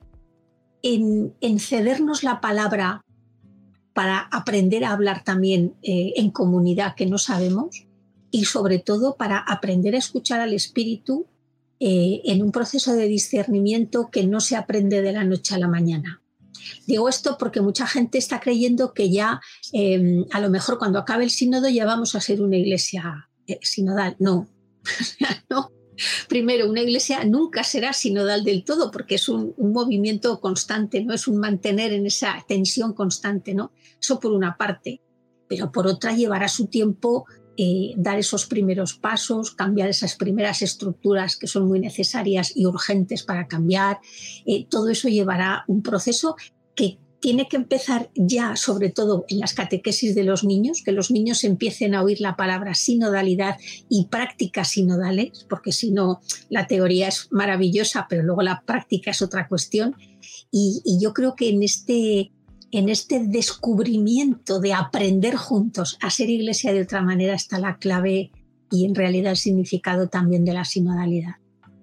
en, en cedernos la palabra para aprender a hablar también eh, en comunidad que no sabemos y sobre todo para aprender a escuchar al Espíritu eh, en un proceso de discernimiento que no se aprende de la noche a la mañana. Digo esto porque mucha gente está creyendo que ya eh, a lo mejor cuando acabe el sínodo ya vamos a ser una iglesia eh, sinodal. No, no. Primero, una iglesia nunca será sinodal del todo porque es un, un movimiento constante, no es un mantener en esa tensión constante, ¿no? Eso por una parte, pero por otra llevará su tiempo eh, dar esos primeros pasos, cambiar esas primeras estructuras que son muy necesarias y urgentes para cambiar. Eh, todo eso llevará un proceso que tiene que empezar ya, sobre todo en las catequesis de los niños, que los niños empiecen a oír la palabra sinodalidad y prácticas sinodales, porque si no, la teoría es maravillosa, pero luego la práctica es otra cuestión. Y, y yo creo que en este, en este descubrimiento de aprender juntos a ser iglesia de otra manera está la clave y en realidad el significado también de la sinodalidad.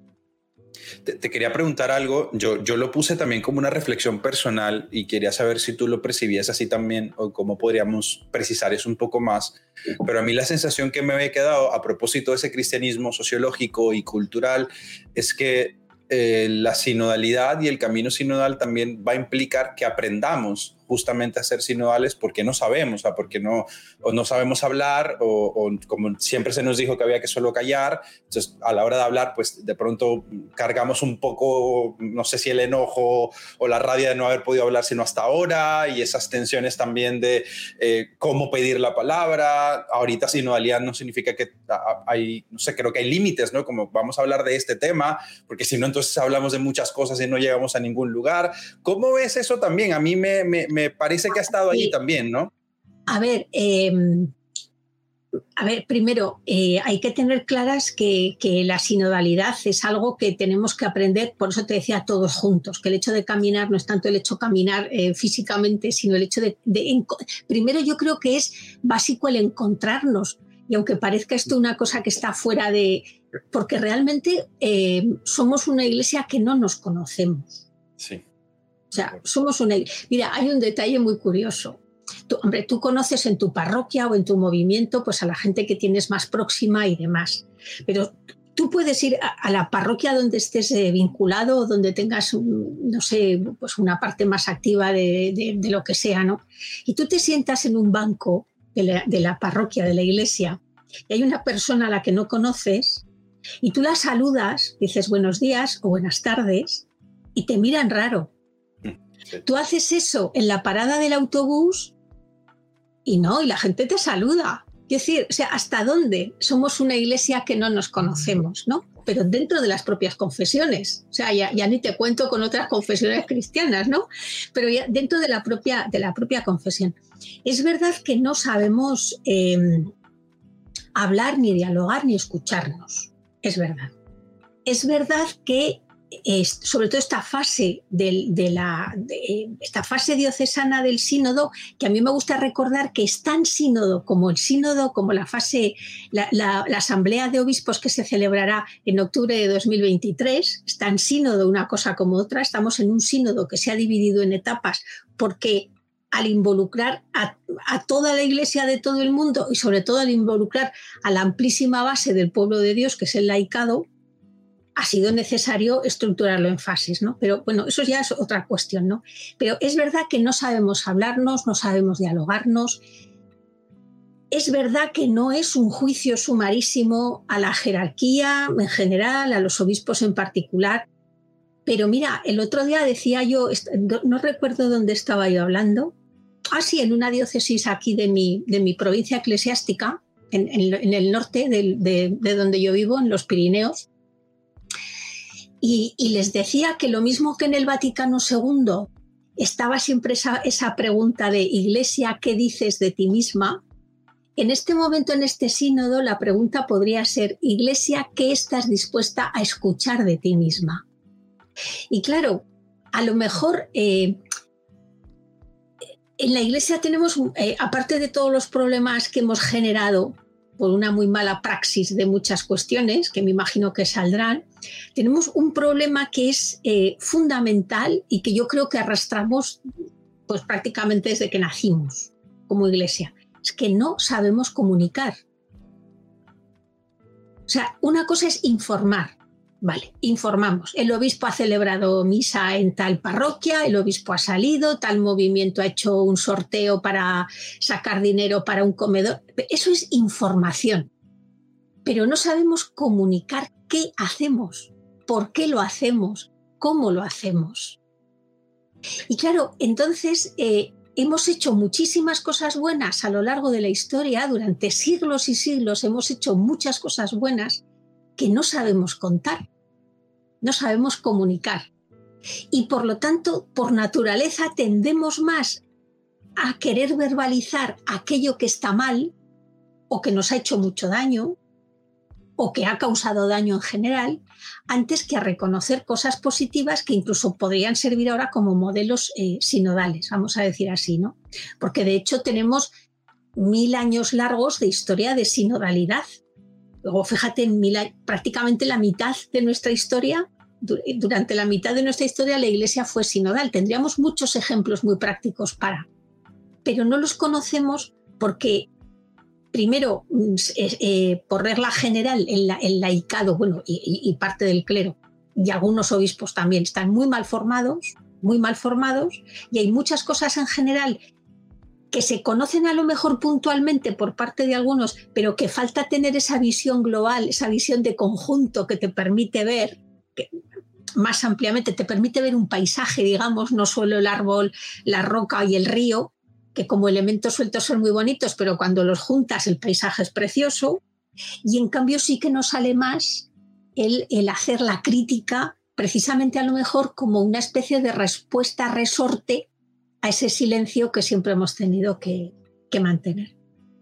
Te, te quería preguntar algo, yo, yo lo puse también como una reflexión personal y quería saber si tú lo percibías así también o cómo podríamos precisar eso un poco más, pero a mí la sensación que me había quedado a propósito de ese cristianismo sociológico y cultural es que eh, la sinodalidad y el camino sinodal también va a implicar que aprendamos justamente a ser sinodales porque no sabemos, o sea, porque no, o no sabemos hablar o, o como siempre se nos dijo que había que solo callar, entonces a la hora de hablar pues de pronto cargamos un poco, no sé si el enojo o la rabia de no haber podido hablar sino hasta ahora y esas tensiones también de eh, cómo pedir la palabra. Ahorita sinodalidad no significa que hay, no sé, creo que hay límites, ¿no? Como vamos a hablar de este tema, porque si no entonces hablamos de muchas cosas y no llegamos a ningún lugar. ¿Cómo ves eso también? A mí me, me, me parece que ha estado allí también, ¿no? A ver, eh, a ver, primero eh, hay que tener claras que, que la sinodalidad es algo que tenemos que aprender, por eso te decía todos juntos, que el hecho de caminar no es tanto el hecho de caminar eh, físicamente, sino el hecho de, de... Primero yo creo que es básico el encontrarnos, y aunque parezca esto una cosa que está fuera de... Porque realmente eh, somos una iglesia que no nos conocemos. Sí. O sea, somos una... Mira, hay un detalle muy curioso. Tú, hombre, tú conoces en tu parroquia o en tu movimiento pues a la gente que tienes más próxima y demás. Pero tú puedes ir a, a la parroquia donde estés eh, vinculado o donde tengas, un, no sé, pues una parte más activa de, de, de lo que sea, ¿no? Y tú te sientas en un banco de la, de la parroquia, de la iglesia, y hay una persona a la que no conoces y tú la saludas, dices buenos días o buenas tardes y te miran raro. Tú haces eso en la parada del autobús y no, y la gente te saluda. Quiero decir, o sea, ¿hasta dónde somos una iglesia que no nos conocemos, ¿no? Pero dentro de las propias confesiones. O sea, ya, ya ni te cuento con otras confesiones cristianas, ¿no? Pero ya dentro de la propia, de la propia confesión. Es verdad que no sabemos eh, hablar, ni dialogar, ni escucharnos. Es verdad. Es verdad que Es, sobre todo esta fase, de, de la, de, esta fase diocesana del sínodo, que a mí me gusta recordar que es tan sínodo como el sínodo, como la fase, la, la, la asamblea de obispos que se celebrará en octubre de dos mil veintitrés, es tan sínodo una cosa como otra. Estamos en un sínodo que se ha dividido en etapas porque al involucrar a, a toda la iglesia de todo el mundo y sobre todo al involucrar a la amplísima base del pueblo de Dios, que es el laicado, ha sido necesario estructurarlo en fases, ¿no? Pero bueno, eso ya es otra cuestión, ¿no? Pero es verdad que no sabemos hablarnos, no sabemos dialogarnos. Es verdad que no es un juicio sumarísimo a la jerarquía en general, a los obispos en particular. Pero mira, el otro día decía yo, no recuerdo dónde estaba yo hablando, ah, sí, en una diócesis aquí de mi, de mi provincia eclesiástica, en, en, en el norte de, de, de donde yo vivo, en los Pirineos. Y, y les decía que lo mismo que en el Vaticano segundo estaba siempre esa, esa pregunta de Iglesia, ¿qué dices de ti misma? En este momento, en este sínodo, la pregunta podría ser Iglesia, ¿qué estás dispuesta a escuchar de ti misma? Y claro, a lo mejor eh, en la Iglesia tenemos, eh, aparte de todos los problemas que hemos generado por una muy mala praxis de muchas cuestiones, que me imagino que saldrán, tenemos un problema que es eh, fundamental y que yo creo que arrastramos pues, prácticamente desde que nacimos como iglesia. Es que no sabemos comunicar. O sea, una cosa es informar. Vale, informamos. El obispo ha celebrado misa en tal parroquia, el obispo ha salido, tal movimiento ha hecho un sorteo para sacar dinero para un comedor. Eso es información. Pero no sabemos comunicar qué hacemos, por qué lo hacemos, cómo lo hacemos. Y claro, entonces eh, hemos hecho muchísimas cosas buenas a lo largo de la historia, durante siglos y siglos hemos hecho muchas cosas buenas que no sabemos contar. No sabemos comunicar. Y por lo tanto, por naturaleza, tendemos más a querer verbalizar aquello que está mal o que nos ha hecho mucho daño o que ha causado daño en general, antes que a reconocer cosas positivas que incluso podrían servir ahora como modelos eh, sinodales, vamos a decir así, ¿no? Porque de hecho tenemos mil años largos de historia de sinodalidad. Luego, fíjate, en mil, prácticamente la mitad de nuestra historia, durante la mitad de nuestra historia la Iglesia fue sinodal. Tendríamos muchos ejemplos muy prácticos para, pero no los conocemos porque, primero, eh, eh, por regla general, el, el laicado, bueno, y, y parte del clero, y algunos obispos también, están muy mal formados, muy mal formados, y hay muchas cosas en general que se conocen a lo mejor puntualmente por parte de algunos, pero que falta tener esa visión global, esa visión de conjunto que te permite ver, que más ampliamente te permite ver un paisaje, digamos, no solo el árbol, la roca y el río, que como elementos sueltos son muy bonitos, pero cuando los juntas el paisaje es precioso, y en cambio sí que nos sale más el, el hacer la crítica, precisamente a lo mejor como una especie de respuesta resorte a ese silencio que siempre hemos tenido que, que mantener.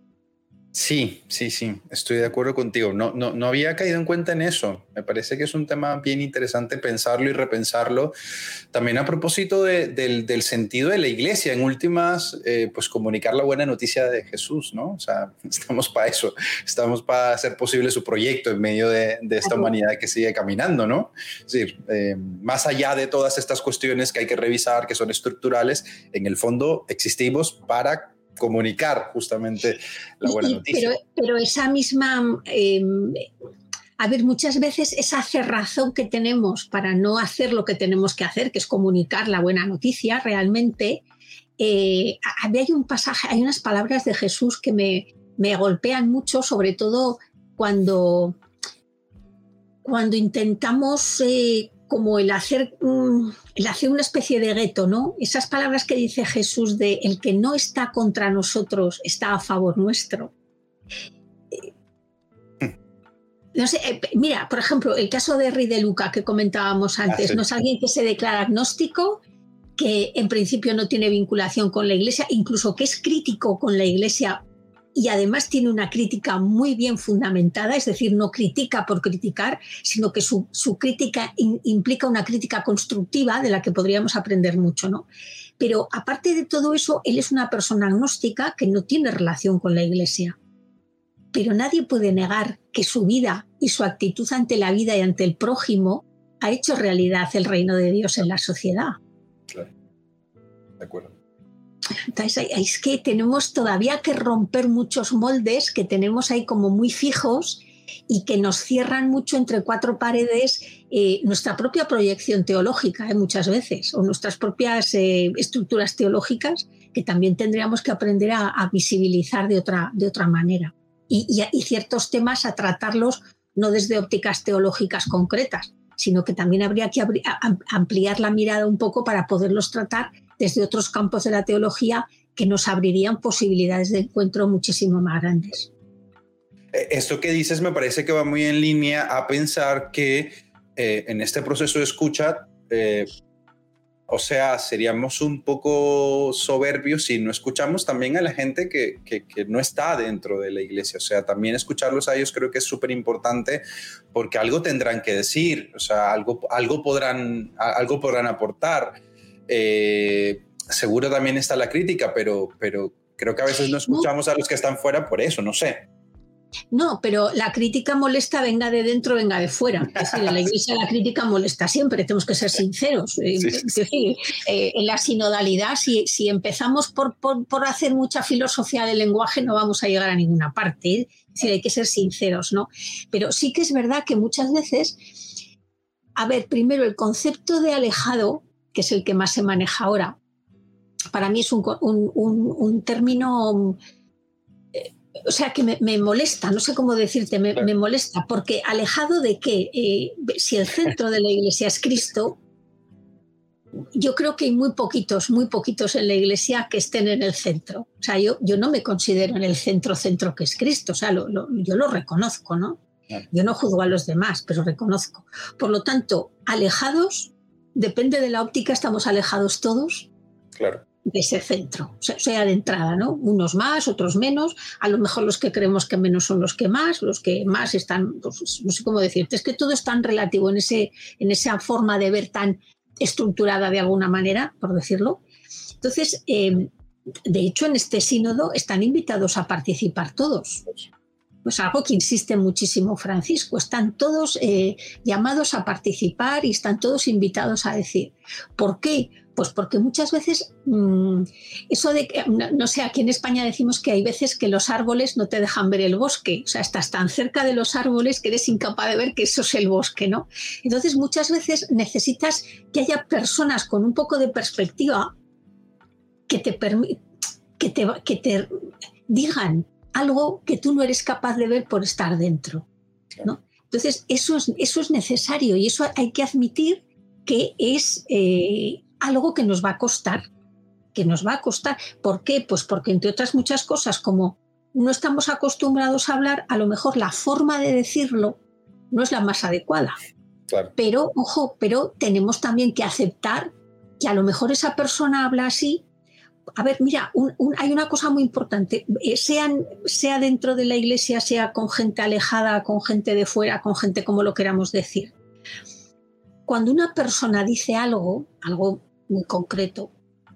Sí, sí, sí, estoy de acuerdo contigo. No, no, no había caído en cuenta en eso. Me parece que es un tema bien interesante pensarlo y repensarlo. También a propósito de, del, del sentido de la iglesia, en últimas, eh, pues comunicar la buena noticia de Jesús, ¿no? O sea, estamos para eso, estamos para hacer posible su proyecto en medio de, de esta humanidad que sigue caminando, ¿no? Es decir, eh, más allá de todas estas cuestiones que hay que revisar, que son estructurales, en el fondo existimos para comunicar justamente la buena y, noticia. Pero, pero esa misma, eh, a ver, muchas veces esa cerrazón que tenemos para no hacer lo que tenemos que hacer, que es comunicar la buena noticia realmente, eh, hay un pasaje, hay unas palabras de Jesús que me, me golpean mucho, sobre todo cuando, cuando intentamos eh, como el hacer, um, el hacer una especie de gueto, ¿no? Esas palabras que dice Jesús de el que no está contra nosotros está a favor nuestro. No sé, eh, mira, por ejemplo, el caso de Henri de Luca que comentábamos antes, Ah, sí. no es alguien que se declara agnóstico, que en principio no tiene vinculación con la Iglesia, incluso que es crítico con la Iglesia y además tiene una crítica muy bien fundamentada, es decir, no critica por criticar, sino que su, su crítica in, implica una crítica constructiva de la que podríamos aprender mucho, ¿no? Pero aparte de todo eso, él es una persona agnóstica que no tiene relación con la Iglesia. Pero nadie puede negar que su vida y su actitud ante la vida y ante el prójimo ha hecho realidad el reino de Dios en la sociedad. Claro. De acuerdo. Entonces, es que tenemos todavía que romper muchos moldes que tenemos ahí como muy fijos y que nos cierran mucho entre cuatro paredes eh, nuestra propia proyección teológica eh, muchas veces, o nuestras propias eh, estructuras teológicas que también tendríamos que aprender a, a visibilizar de otra, de otra manera. Y, y, y ciertos temas a tratarlos no desde ópticas teológicas concretas, sino que también habría que ampliar la mirada un poco para poderlos tratar desde otros campos de la teología que nos abrirían posibilidades de encuentro muchísimo más grandes. Esto que dices me parece que va muy en línea a pensar que eh, en este proceso de escucha, eh, o sea, seríamos un poco soberbios si no escuchamos también a la gente que, que, que no está dentro de la iglesia. O sea, también escucharlos a ellos creo que es súper importante porque algo tendrán que decir, o sea, algo, algo, podrán, algo podrán aportar. Eh, seguro también está la crítica, pero, pero creo que a veces no escuchamos a los que están fuera por eso, no sé. No, pero la crítica molesta, venga de dentro, venga de fuera. Es decir, en la Iglesia la crítica molesta siempre, tenemos que ser sinceros. Sí, sí, sí. Es decir, eh, en la sinodalidad, si, si empezamos por, por, por hacer mucha filosofía del lenguaje, no vamos a llegar a ninguna parte. Es decir, hay que ser sinceros, ¿no? Pero sí que es verdad que muchas veces, a ver, primero el concepto de alejado, que es el que más se maneja ahora, para mí es un, un, un, un término... O sea, que me, me molesta, no sé cómo decirte, me, me molesta, porque alejado de qué, eh, si el centro de la Iglesia es Cristo, yo creo que hay muy poquitos, muy poquitos en la Iglesia que estén en el centro. O sea, yo, yo no me considero en el centro, centro que es Cristo, o sea, lo, lo, yo lo reconozco, ¿no? Yo no juzgo a los demás, pero reconozco. Por lo tanto, alejados, depende de la óptica, estamos alejados todos. Claro. De ese centro, o sea, de entrada, ¿no? Unos más, otros menos, a lo mejor los que creemos que menos son los que más, los que más están, pues, no sé cómo decirte, es que todo es tan relativo en, ese, en esa forma de ver tan estructurada de alguna manera, por decirlo. Entonces, eh, de hecho, en este sínodo están invitados a participar todos. Pues algo que insiste muchísimo Francisco, están todos eh, llamados a participar y están todos invitados a decir. ¿Por qué? Pues porque muchas veces, mmm, eso de que, no, no sé, aquí en España decimos que hay veces que los árboles no te dejan ver el bosque, o sea, estás tan cerca de los árboles que eres incapaz de ver que eso es el bosque, ¿no? Entonces muchas veces necesitas que haya personas con un poco de perspectiva que te, que te, que te digan algo que tú no eres capaz de ver por estar dentro, ¿no? Entonces eso es, eso es necesario y eso hay que admitir que es eh, algo que nos va a costar, que nos va a costar. ¿Por qué? Pues porque entre otras muchas cosas, como no estamos acostumbrados a hablar, a lo mejor la forma de decirlo no es la más adecuada. Claro. Pero, ojo, pero tenemos también que aceptar que a lo mejor esa persona habla así. A ver, mira, un, un, hay una cosa muy importante, eh, sean, sea dentro de la iglesia, sea con gente alejada, con gente de fuera, con gente como lo queramos decir. Cuando una persona dice algo, algo muy concreto,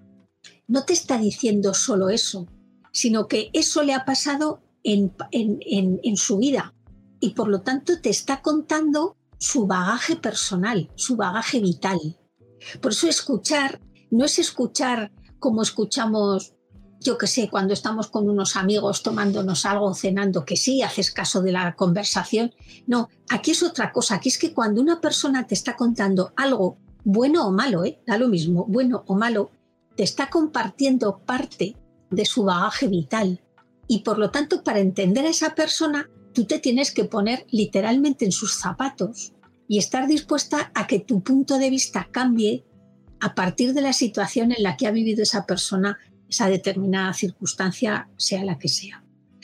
no te está diciendo solo eso, sino que eso le ha pasado en, en, en, en su vida y por lo tanto te está contando su bagaje personal, su bagaje vital. Por eso escuchar no es escuchar como escuchamos, yo qué sé, cuando estamos con unos amigos tomándonos algo, cenando, que sí, haces caso de la conversación. No, aquí es otra cosa, aquí es que cuando una persona te está contando algo, bueno o malo, ¿eh? Da lo mismo, bueno o malo, te está compartiendo parte de su bagaje vital. Y por lo tanto, para entender a esa persona, tú te tienes que poner literalmente en sus zapatos y estar dispuesta a que tu punto de vista cambie a partir de la situación en la que ha vivido esa persona, esa determinada circunstancia, sea la que sea.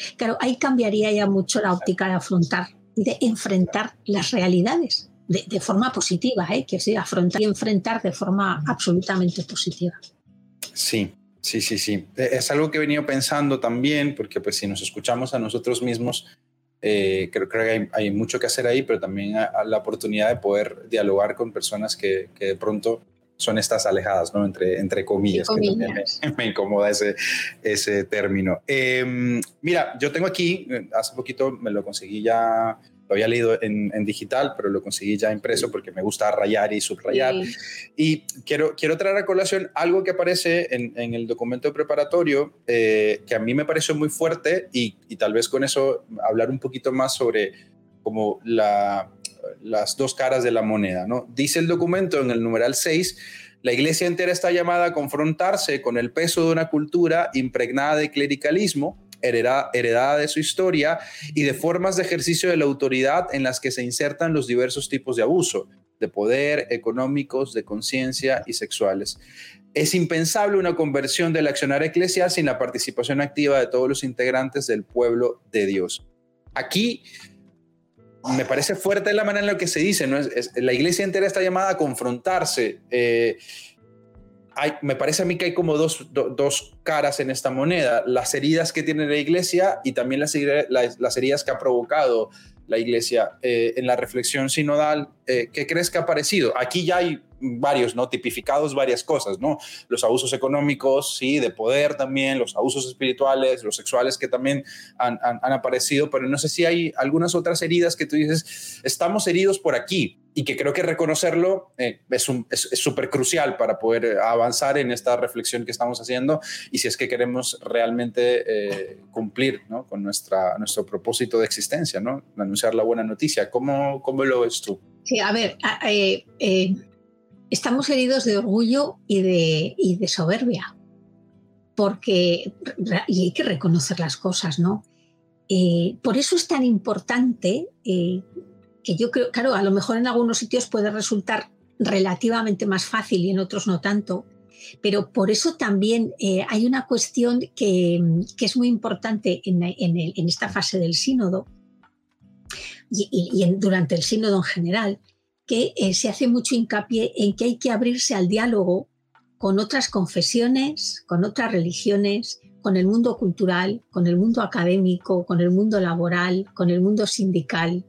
Claro, ahí cambiaría ya mucho la óptica de afrontar y de enfrentar las realidades de, de forma positiva, ¿eh? Que sí, afrontar y enfrentar de forma absolutamente positiva. Sí, sí, sí, sí. Es algo que he venido pensando también, porque pues si nos escuchamos a nosotros mismos, eh, creo, creo que hay, hay mucho que hacer ahí, pero también a, a la oportunidad de poder dialogar con personas que, que de pronto son estas alejadas, ¿no? Entre, entre comillas, sí, comillas. Que también me, me incomoda ese, ese término. Eh, mira, yo tengo aquí, hace poquito me lo conseguí ya, lo había leído en, en digital, pero lo conseguí ya impreso porque me gusta rayar y subrayar. Sí. Y quiero, quiero traer a colación algo que aparece en, en el documento preparatorio, eh, que a mí me pareció muy fuerte y, y tal vez con eso hablar un poquito más sobre como la... las dos caras de la moneda, ¿no? Dice el documento en el numeral seis, la iglesia entera está llamada a confrontarse con el peso de una cultura impregnada de clericalismo, heredada, heredada de su historia y de formas de ejercicio de la autoridad en las que se insertan los diversos tipos de abuso, de poder, económicos, de conciencia y sexuales. Es impensable una conversión del accionar eclesial sin la participación activa de todos los integrantes del pueblo de Dios. Aquí me parece fuerte la manera en la que se dice, ¿no? Es, es, la iglesia entera está llamada a confrontarse. Eh, hay, me parece a mí que hay como dos, do, dos caras en esta moneda, las heridas que tiene la iglesia y también las, las, las heridas que ha provocado la iglesia. Eh, en la reflexión sinodal, eh, ¿qué crees que ha aparecido? Aquí ya hay varios, ¿no? Tipificados varias cosas, ¿no? Los abusos económicos, sí, de poder también, los abusos espirituales, los sexuales que también han, han, han aparecido, pero no sé si hay algunas otras heridas que tú dices, estamos heridos por aquí, y que creo que reconocerlo eh, es súper crucial para poder avanzar en esta reflexión que estamos haciendo y si es que queremos realmente eh, cumplir, ¿no? Con nuestra, nuestro propósito de existencia, ¿no? Anunciar la buena noticia. ¿Cómo, cómo lo ves tú? Sí, a ver, eh, eh, estamos heridos de orgullo y de, y de soberbia, porque y hay que reconocer las cosas, ¿no? Eh, por eso es tan importante eh, que yo creo, claro, a lo mejor en algunos sitios puede resultar relativamente más fácil y en otros no tanto, pero por eso también eh, hay una cuestión que, que es muy importante en, en, el, en esta fase del sínodo y, y, y en, durante el sínodo en general, que eh, se hace mucho hincapié en que hay que abrirse al diálogo con otras confesiones, con otras religiones, con el mundo cultural, con el mundo académico, con el mundo laboral, con el mundo sindical.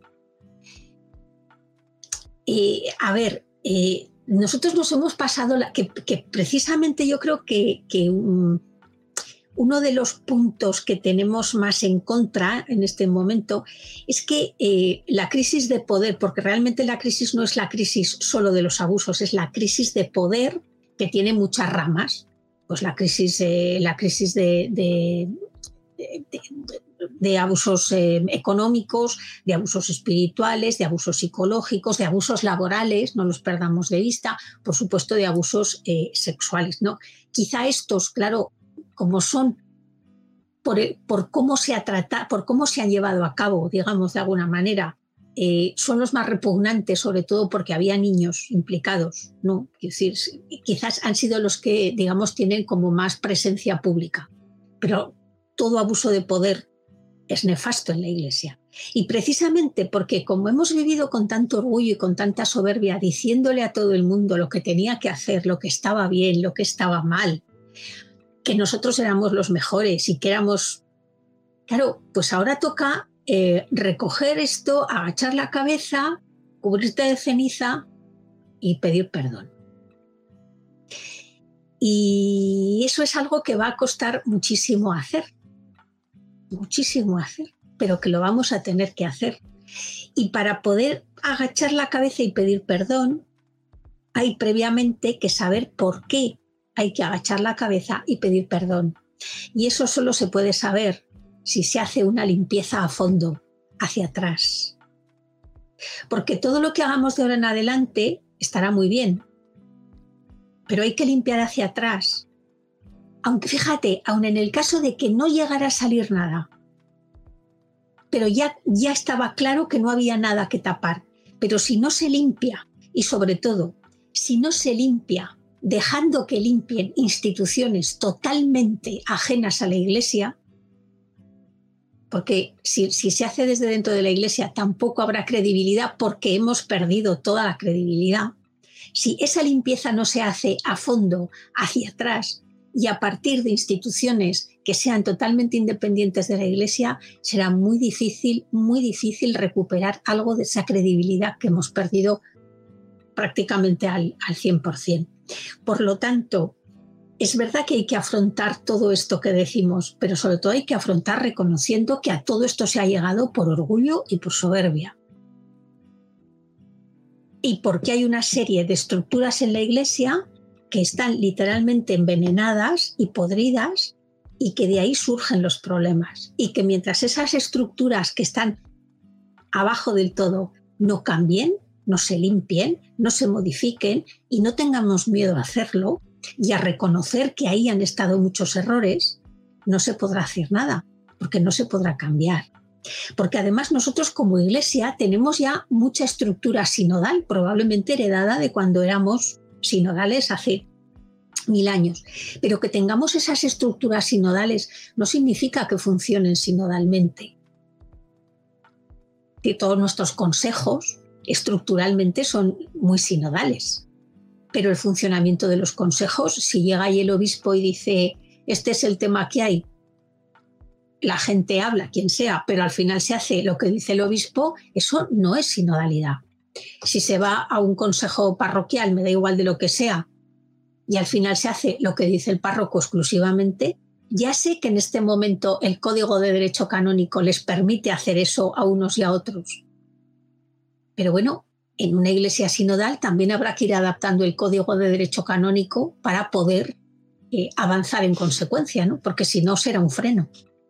Eh, a ver, eh, nosotros nos hemos pasado, la, que, que precisamente yo creo que, que un, uno de los puntos que tenemos más en contra en este momento es que eh, la crisis de poder, porque realmente la crisis no es la crisis solo de los abusos, es la crisis de poder que tiene muchas ramas, pues la crisis, eh, la crisis de, de, de, de de abusos eh, económicos, de abusos espirituales, de abusos psicológicos, de abusos laborales, no los perdamos de vista, por supuesto de abusos eh, sexuales, ¿no? Quizá estos, claro, como son por, por cómo se ha tratado, por cómo se han llevado a cabo, digamos de alguna manera, eh, son los más repugnantes, sobre todo porque había niños implicados, ¿no? Es decir, quizás han sido los que, digamos, tienen como más presencia pública, pero todo abuso de poder es nefasto en la Iglesia. Y precisamente porque como hemos vivido con tanto orgullo y con tanta soberbia, diciéndole a todo el mundo lo que tenía que hacer, lo que estaba bien, lo que estaba mal, que nosotros éramos los mejores y que éramos... Claro, pues ahora toca eh, recoger esto, agachar la cabeza, cubrirte de ceniza y pedir perdón. Y eso es algo que va a costar muchísimo hacer. muchísimo hacer, pero que lo vamos a tener que hacer. Y para poder agachar la cabeza y pedir perdón, hay previamente que saber por qué hay que agachar la cabeza y pedir perdón. Y eso solo se puede saber si se hace una limpieza a fondo, hacia atrás. Porque todo lo que hagamos de ahora en adelante estará muy bien, pero hay que limpiar hacia atrás. Aunque fíjate, aun en el caso de que no llegara a salir nada, pero ya, ya estaba claro que no había nada que tapar. Pero si no se limpia, y sobre todo, si no se limpia dejando que limpien instituciones totalmente ajenas a la Iglesia, porque si, si se hace desde dentro de la Iglesia tampoco habrá credibilidad porque hemos perdido toda la credibilidad. Si esa limpieza no se hace a fondo, hacia atrás, y a partir de instituciones que sean totalmente independientes de la Iglesia, será muy difícil, muy difícil recuperar algo de esa credibilidad que hemos perdido prácticamente al, al cien por ciento. Por lo tanto, es verdad que hay que afrontar todo esto que decimos, pero sobre todo hay que afrontar reconociendo que a todo esto se ha llegado por orgullo y por soberbia. Y porque hay una serie de estructuras en la Iglesia que están literalmente envenenadas y podridas y que de ahí surgen los problemas. Y que mientras esas estructuras que están abajo del todo no cambien, no se limpien, no se modifiquen y no tengamos miedo a hacerlo y a reconocer que ahí han estado muchos errores, no se podrá hacer nada, porque no se podrá cambiar. Porque además nosotros como Iglesia tenemos ya mucha estructura sinodal, probablemente heredada de cuando éramos sinodales hace mil años. Pero que tengamos esas estructuras sinodales no significa que funcionen sinodalmente. Que todos nuestros consejos estructuralmente son muy sinodales. Pero el funcionamiento de los consejos, si llega ahí el obispo y dice, este es el tema que hay, la gente habla, quien sea, pero al final se hace lo que dice el obispo, eso no es sinodalidad. Si se va a un consejo parroquial, me da igual de lo que sea, y al final se hace lo que dice el párroco exclusivamente, ya sé que en este momento el Código de Derecho Canónico les permite hacer eso a unos y a otros. Pero bueno, en una iglesia sinodal también habrá que ir adaptando el Código de Derecho Canónico para poder eh, avanzar en consecuencia, ¿no? Porque si no será un freno.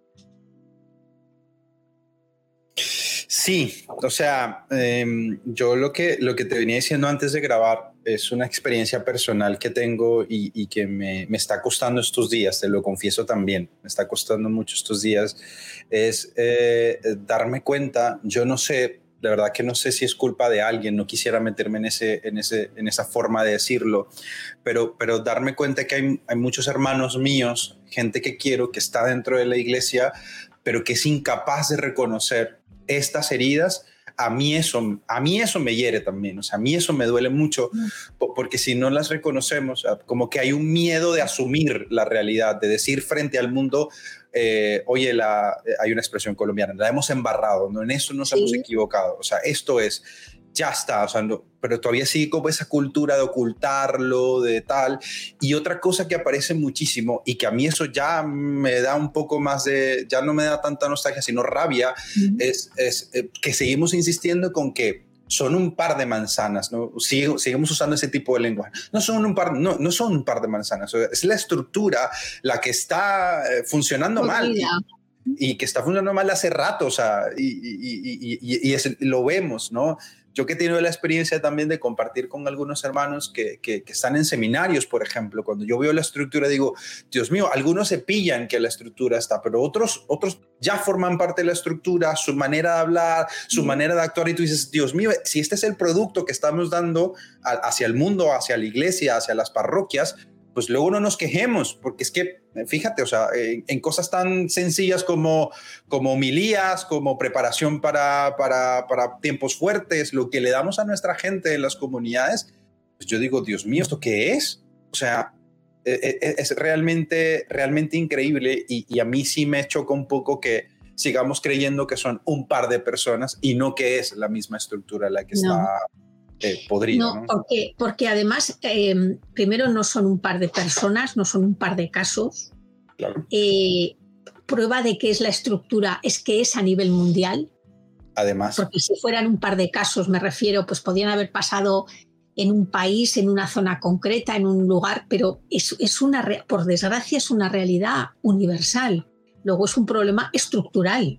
Sí, o sea, eh, yo lo que, lo que te venía diciendo antes de grabar es una experiencia personal que tengo y, y que me, me está costando estos días, te lo confieso también, me está costando mucho estos días, es eh, darme cuenta, yo no sé, de verdad que no sé si es culpa de alguien, no quisiera meterme en, ese, en, ese, en esa forma de decirlo, pero, pero darme cuenta que hay, hay muchos hermanos míos, gente que quiero, que está dentro de la iglesia, pero que es incapaz de reconocer estas heridas. A mí eso, a mí eso me hiere también, o sea, a mí eso me duele mucho, porque si no las reconocemos, como que hay un miedo de asumir la realidad, de decir frente al mundo, eh, oye, la, hay una expresión colombiana, la hemos embarrado, ¿no? En eso nos sí. hemos equivocado, o sea, esto es, ya está, o sea, no, pero todavía sigue como esa cultura de ocultarlo, de tal. Y otra cosa que aparece muchísimo y que a mí eso ya me da un poco más de, ya no me da tanta nostalgia, sino rabia, mm. es, es eh, que seguimos insistiendo con que son un par de manzanas, ¿no? Sigue, seguimos usando ese tipo de lenguaje. No son un par, no, no son un par de manzanas, o sea, es la estructura la que está eh, funcionando Por mal. Y, y que está funcionando mal hace rato, o sea, y, y, y, y, y es, lo vemos, ¿no? Yo que he tenido la experiencia también de compartir con algunos hermanos que, que, que están en seminarios, por ejemplo, cuando yo veo la estructura digo, Dios mío, algunos se pillan que la estructura está, pero otros, otros ya forman parte de la estructura, su manera de hablar, su mm. manera de actuar, y tú dices, Dios mío, si este es el producto que estamos dando a, hacia el mundo, hacia la iglesia, hacia las parroquias, pues luego no nos quejemos, porque es que, fíjate, o sea, en, en cosas tan sencillas como, como homilías, como preparación para, para, para tiempos fuertes, lo que le damos a nuestra gente en las comunidades, pues yo digo, Dios mío, ¿esto qué es? O sea, es, es realmente, realmente increíble y, y a mí sí me choca un poco que sigamos creyendo que son un par de personas y no que es la misma estructura la que no. está... Eh, podrido, no, ¿no? Porque, porque además, eh, primero no son un par de personas, no son un par de casos. Claro. Eh, prueba de que es la estructura es que es a nivel mundial. Además. Porque si fueran un par de casos, me refiero, pues podrían haber pasado en un país, en una zona concreta, en un lugar, pero es, es una, por desgracia es una realidad universal. Luego es un problema estructural.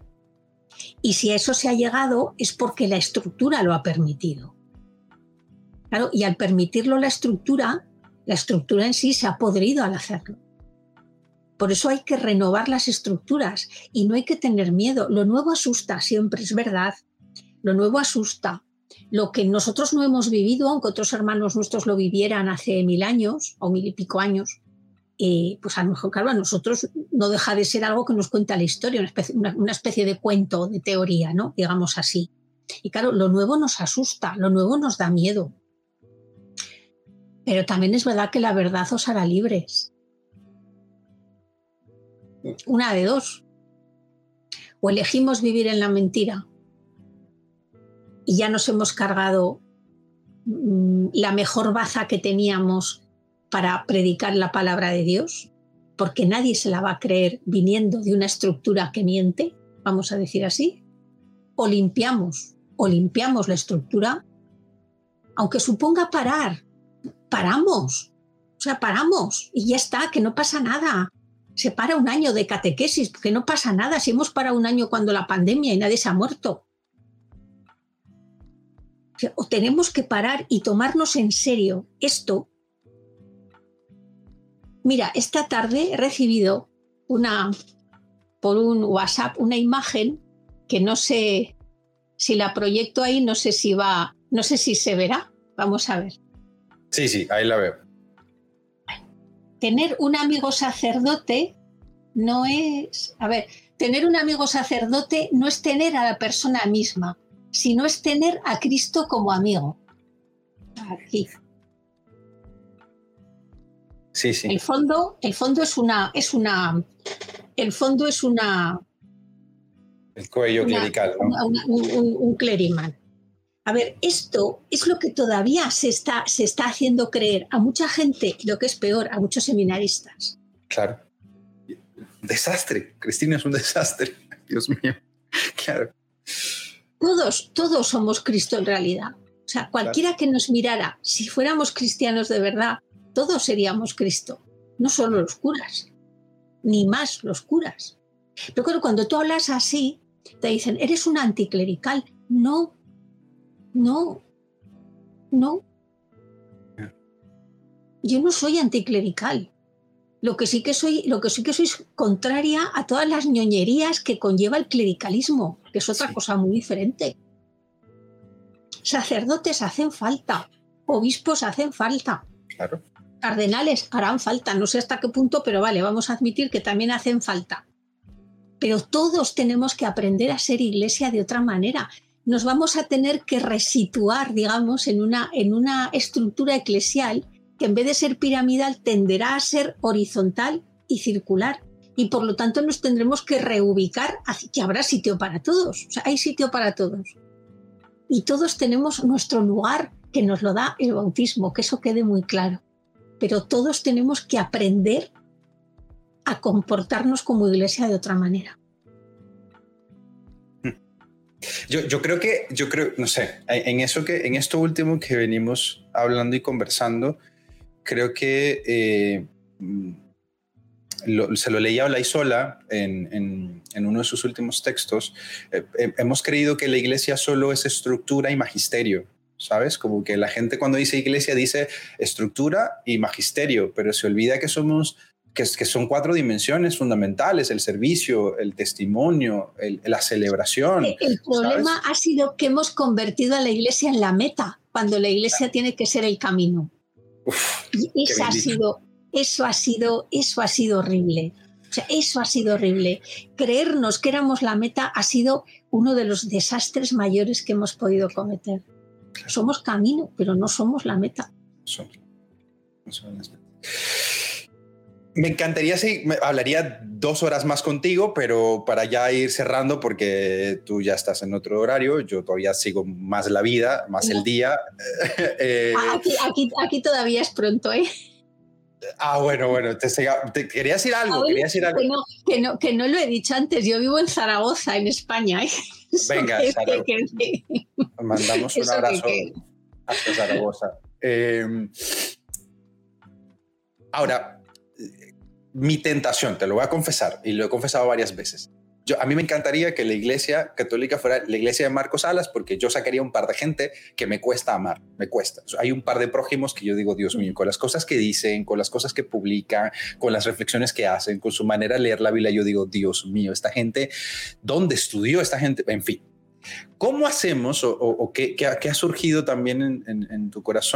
Y si a eso se ha llegado es porque la estructura lo ha permitido. Claro, y al permitirlo la estructura, la estructura en sí se ha podrido al hacerlo. Por eso hay que renovar las estructuras y no hay que tener miedo. Lo nuevo asusta, siempre es verdad. Lo nuevo asusta. Lo que nosotros no hemos vivido, aunque otros hermanos nuestros lo vivieran hace mil años o mil y pico años, eh, pues a lo mejor, claro, a nosotros no deja de ser algo que nos cuenta la historia, una especie, una, una especie de cuento, de teoría, ¿no? Digamos así. Y claro, lo nuevo nos asusta, lo nuevo nos da miedo. Pero también es verdad que la verdad os hará libres. Una de dos. O elegimos vivir en la mentira y ya nos hemos cargado mmm, la mejor baza que teníamos para predicar la palabra de Dios, porque nadie se la va a creer viniendo de una estructura que miente, vamos a decir así. O limpiamos, o limpiamos la estructura, aunque suponga parar. Paramos, o sea, paramos y ya está, que no pasa nada. Se para un año de catequesis, que no pasa nada si hemos parado un año cuando la pandemia y nadie se ha muerto. O sea, o tenemos que parar y tomarnos en serio esto. Mira, esta tarde he recibido una, por un WhatsApp una imagen que no sé si la proyecto ahí, no sé si va, no sé si se verá. Vamos a ver. Sí, sí, ahí la veo. Tener un amigo sacerdote no es... A ver, tener un amigo sacerdote no es tener a la persona misma, sino es tener a Cristo como amigo. Aquí. Sí, sí. El fondo, el fondo es una... Es una el fondo es una... El cuello una, clerical, ¿no? Una, una, un, un, un clergyman. A ver, esto es lo que todavía se está, se está haciendo creer a mucha gente, lo que es peor, a muchos seminaristas. Claro. Desastre. Cristina es un desastre. Dios mío. Claro. Todos, todos somos Cristo en realidad. O sea, cualquiera claro. que nos mirara, si fuéramos cristianos de verdad, todos seríamos Cristo. No solo los curas, ni más los curas. Pero claro, cuando tú hablas así, te dicen, eres un anticlerical. No. No, no. Yo no soy anticlerical. Lo que sí que soy, lo que sí que soy es contraria a todas las ñoñerías que conlleva el clericalismo, que es otra sí. cosa muy diferente. Sacerdotes hacen falta, obispos hacen falta, claro. Cardenales harán falta, no sé hasta qué punto, pero vale, vamos a admitir que también hacen falta. Pero todos tenemos que aprender a ser iglesia de otra manera. Nos vamos a tener que resituar, digamos, en una, en una estructura eclesial que en vez de ser piramidal tenderá a ser horizontal y circular. Y por lo tanto nos tendremos que reubicar, así que habrá sitio para todos. O sea, hay sitio para todos. Y todos tenemos nuestro lugar que nos lo da el bautismo, que eso quede muy claro. Pero todos tenemos que aprender a comportarnos como iglesia de otra manera. Yo, yo creo que, yo creo, no sé, en eso que, en esto último que venimos hablando y conversando, creo que eh, lo, se lo leía a Olaizola en, en, en uno de sus últimos textos. Eh, hemos creído que la iglesia solo es estructura y magisterio, ¿sabes? Como que la gente cuando dice iglesia dice estructura y magisterio, pero se olvida que somos... Que, que son cuatro dimensiones fundamentales: el servicio, el testimonio, el, la celebración. El, el problema ¿sabes? Ha sido que hemos convertido a la iglesia en la meta, cuando la iglesia tiene que ser el camino. Uf, y eso ha, sido, eso, ha sido, eso ha sido horrible. O sea, eso ha sido horrible. Creernos que éramos la meta ha sido uno de los desastres mayores que hemos podido cometer. Claro. Somos camino, pero no somos la meta. Son, no son las metas. Me encantaría, sí, me hablaría dos horas más contigo, pero para ya ir cerrando, porque tú ya estás en otro horario, yo todavía sigo más la vida, más el día. eh, aquí, aquí, aquí todavía es pronto, ¿eh? Ah, bueno, bueno, te, te quería decir algo, ver, quería decir algo. Que no, que, no, que no lo he dicho antes, yo vivo en Zaragoza, en España, ¿eh? Venga, que, Zaragoza. Que, que, mandamos un abrazo que, que... hasta Zaragoza. Eh, ahora... Mi tentación, te lo voy a confesar, y lo he confesado varias veces. Yo, a mí me encantaría que la iglesia católica fuera la iglesia de Marcos Salas, porque yo sacaría un par de gente que me cuesta amar, me cuesta. O sea, hay un par de prójimos que yo digo, Dios mío, con las cosas que dicen, con las cosas que publican, con las reflexiones que hacen, con su manera de leer la Biblia, yo digo, Dios mío, esta gente, ¿dónde estudió esta gente? En fin, ¿cómo hacemos o, o, o qué, qué, qué ha surgido también en, en, en tu corazón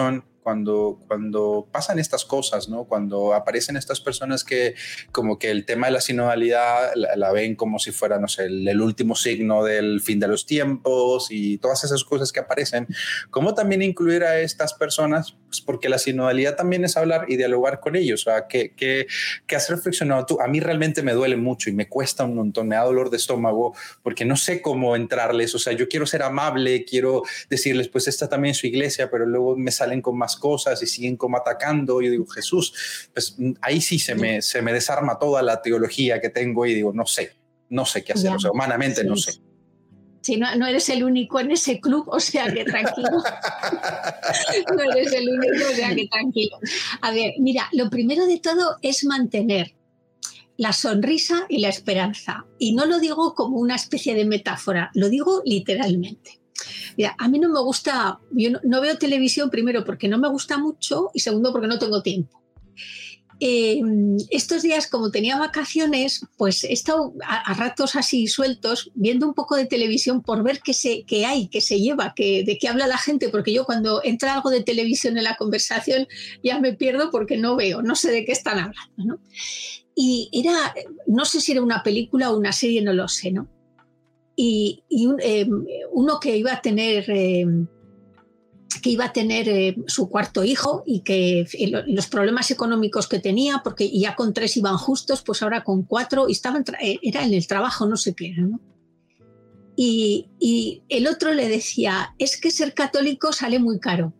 cuando, cuando pasan estas cosas, ¿no? Cuando aparecen estas personas que como que el tema de la sinodalidad la, la ven como si fuera, no sé, el, el último signo del fin de los tiempos y todas esas cosas que aparecen, ¿cómo también incluir a estas personas? Pues porque la sinodalidad también es hablar y dialogar con ellos. O sea, ¿qué, qué, qué has reflexionado tú? A mí realmente me duele mucho y me cuesta un montón, me da dolor de estómago porque no sé cómo entrarles. O sea, yo quiero ser amable, quiero decirles, pues esta también es su iglesia, pero luego me salen con más cosas y siguen como atacando. Yo digo, Jesús, pues ahí sí se me, se me desarma toda la teología que tengo y digo, no sé, no sé qué hacer. Ya, o sea, humanamente sí. no sé. Sí, no, no eres el único en ese club, o sea que tranquilo. No eres el único, o sea que tranquilo. A ver, mira, lo primero de todo es mantener la sonrisa y la esperanza. Y no lo digo como una especie de metáfora, lo digo literalmente. Mira, a mí no me gusta, yo no, no veo televisión primero porque no me gusta mucho y segundo porque no tengo tiempo. Eh, estos días, como tenía vacaciones, pues he estado a, a ratos así sueltos viendo un poco de televisión por ver qué, se, qué hay, qué se lleva, qué, de qué habla la gente, porque yo cuando entra algo de televisión en la conversación ya me pierdo porque no veo, no sé de qué están hablando, ¿no? Y era, no sé si era una película o una serie, no lo sé, ¿no? Y, y un, eh, uno que iba a tener... Eh, que iba a tener eh, su cuarto hijo y que eh, los problemas económicos que tenía, porque ya con tres iban justos, pues ahora con cuatro, y estaba en tra- era en el trabajo, no sé qué era, ¿no? Y, y el otro le decía, es que ser católico sale muy caro.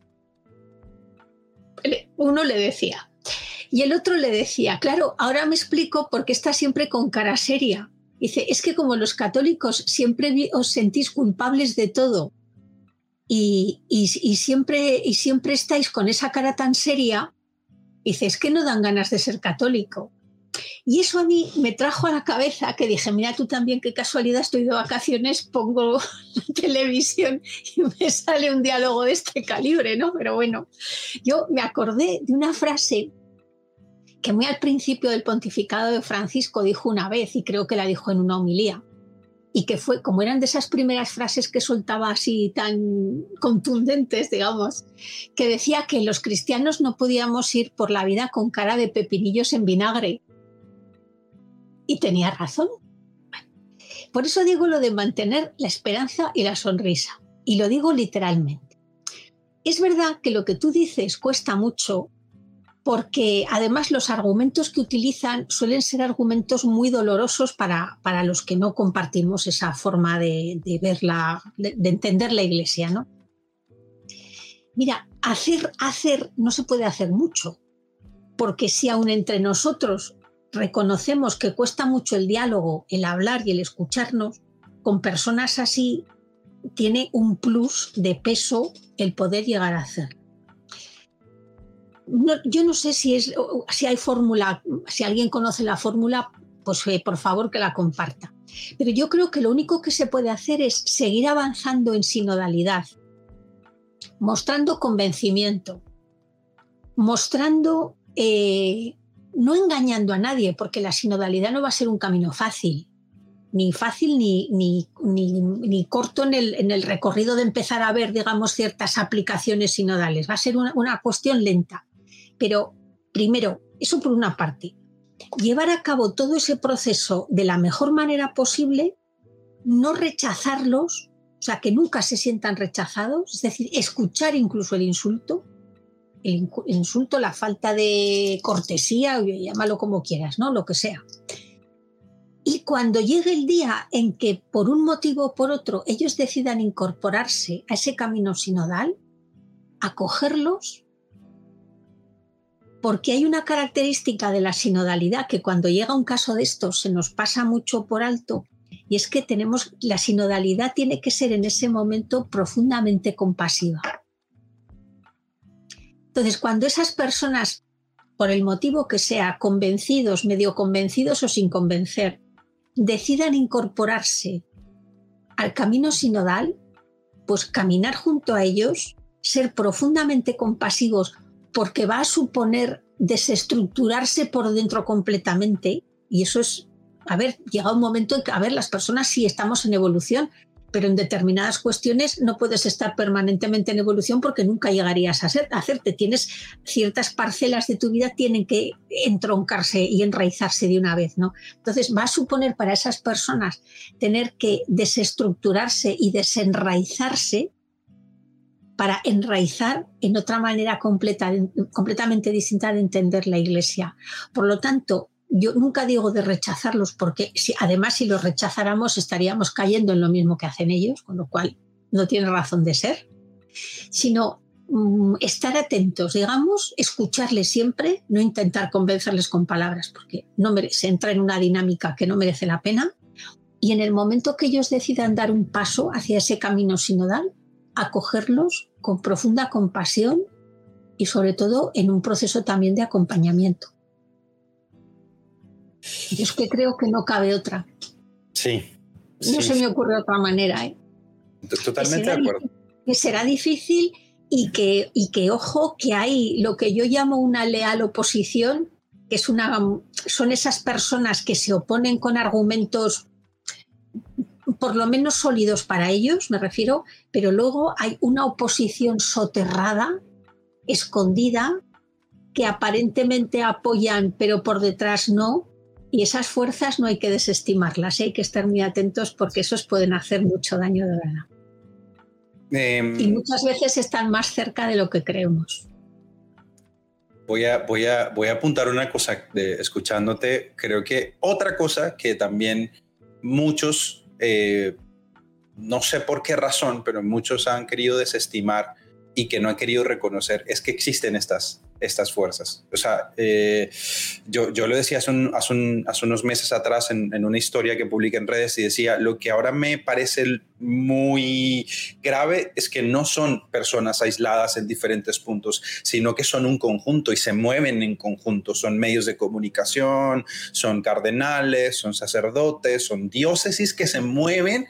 Uno le decía. Y el otro le decía, claro, ahora me explico por qué está siempre con cara seria. Dice, es que como los católicos siempre os sentís culpables de todo, Y, y, y, siempre, y siempre estáis con esa cara tan seria, dices que no dan ganas de ser católico. Y eso a mí me trajo a la cabeza que dije, mira tú también, qué casualidad, estoy de vacaciones, pongo la televisión y me sale un diálogo de este calibre, ¿no? Pero bueno, yo me acordé de una frase que muy al principio del pontificado de Francisco dijo una vez, y creo que la dijo en una homilía, y que fue, como eran de esas primeras frases que soltaba así tan contundentes, digamos, que decía que los cristianos no podíamos ir por la vida con cara de pepinillos en vinagre. Y tenía razón. Por eso digo lo de mantener la esperanza y la sonrisa. Y lo digo literalmente. Es verdad que lo que tú dices cuesta mucho, porque además los argumentos que utilizan suelen ser argumentos muy dolorosos para, para los que no compartimos esa forma de, de verla, de, de entender la Iglesia, ¿no? Mira, hacer, hacer no se puede hacer mucho, porque si aún entre nosotros reconocemos que cuesta mucho el diálogo, el hablar y el escucharnos, con personas así tiene un plus de peso el poder llegar a hacerlo. No, yo no sé si, es, si hay fórmula, si alguien conoce la fórmula, pues eh, por favor que la comparta. Pero yo creo que lo único que se puede hacer es seguir avanzando en sinodalidad, mostrando convencimiento, mostrando, eh, no engañando a nadie, porque la sinodalidad no va a ser un camino fácil, ni fácil ni, ni, ni, ni corto en el, en el recorrido de empezar a ver, digamos, ciertas aplicaciones sinodales. Va a ser una, una cuestión lenta. Pero primero, eso por una parte, llevar a cabo todo ese proceso de la mejor manera posible, no rechazarlos, o sea, que nunca se sientan rechazados, es decir, escuchar incluso el insulto, el insulto, la falta de cortesía, llámalo como quieras, ¿no? Lo que sea. Y cuando llegue el día en que por un motivo o por otro ellos decidan incorporarse a ese camino sinodal, acogerlos, porque hay una característica de la sinodalidad que cuando llega un caso de estos se nos pasa mucho por alto, y es que tenemos, la sinodalidad tiene que ser en ese momento profundamente compasiva. Entonces, cuando esas personas, por el motivo que sea, convencidos, medio convencidos o sin convencer, decidan incorporarse al camino sinodal, pues caminar junto a ellos, ser profundamente compasivos, porque va a suponer desestructurarse por dentro completamente, y eso es, a ver, llega un momento en que, a ver, las personas sí estamos en evolución, pero en determinadas cuestiones no puedes estar permanentemente en evolución porque nunca llegarías a, ser, a hacerte. Tienes ciertas parcelas de tu vida tienen que entroncarse y enraizarse de una vez, ¿no? Entonces va a suponer para esas personas tener que desestructurarse y desenraizarse para enraizar en otra manera completa, completamente distinta de entender la Iglesia. Por lo tanto, yo nunca digo de rechazarlos, porque si, además si los rechazáramos estaríamos cayendo en lo mismo que hacen ellos, con lo cual no tiene razón de ser, sino um, estar atentos, digamos, escucharles siempre, no intentar convencerles con palabras, porque no merece, se entra en una dinámica que no merece la pena, y en el momento que ellos decidan dar un paso hacia ese camino sinodal, acogerlos con profunda compasión y sobre todo en un proceso también de acompañamiento. Yo es que creo que no cabe otra. Sí. No sí. se me ocurre otra manera, ¿eh? Totalmente de acuerdo. Difícil, que será difícil y que, y que, ojo, que hay lo que yo llamo una leal oposición, que es una, son esas personas que se oponen con argumentos por lo menos sólidos para ellos, me refiero, pero luego hay una oposición soterrada, escondida, que aparentemente apoyan, pero por detrás no, y esas fuerzas no hay que desestimarlas, hay que estar muy atentos porque esos pueden hacer mucho daño de verdad. Eh, y muchas veces están más cerca de lo que creemos. Voy a, voy a, voy a apuntar una cosa de, escuchándote. Creo que otra cosa que también muchos, eh, no sé por qué razón, pero muchos han querido desestimar y que no han querido reconocer es que existen estas, estas fuerzas. O sea, eh, yo, yo lo decía hace, un, hace, un, hace unos meses atrás en, en una historia que publiqué en redes y decía, lo que ahora me parece muy grave es que no son personas aisladas en diferentes puntos, sino que son un conjunto y se mueven en conjunto. Son medios de comunicación, son cardenales, son sacerdotes, son diócesis que se mueven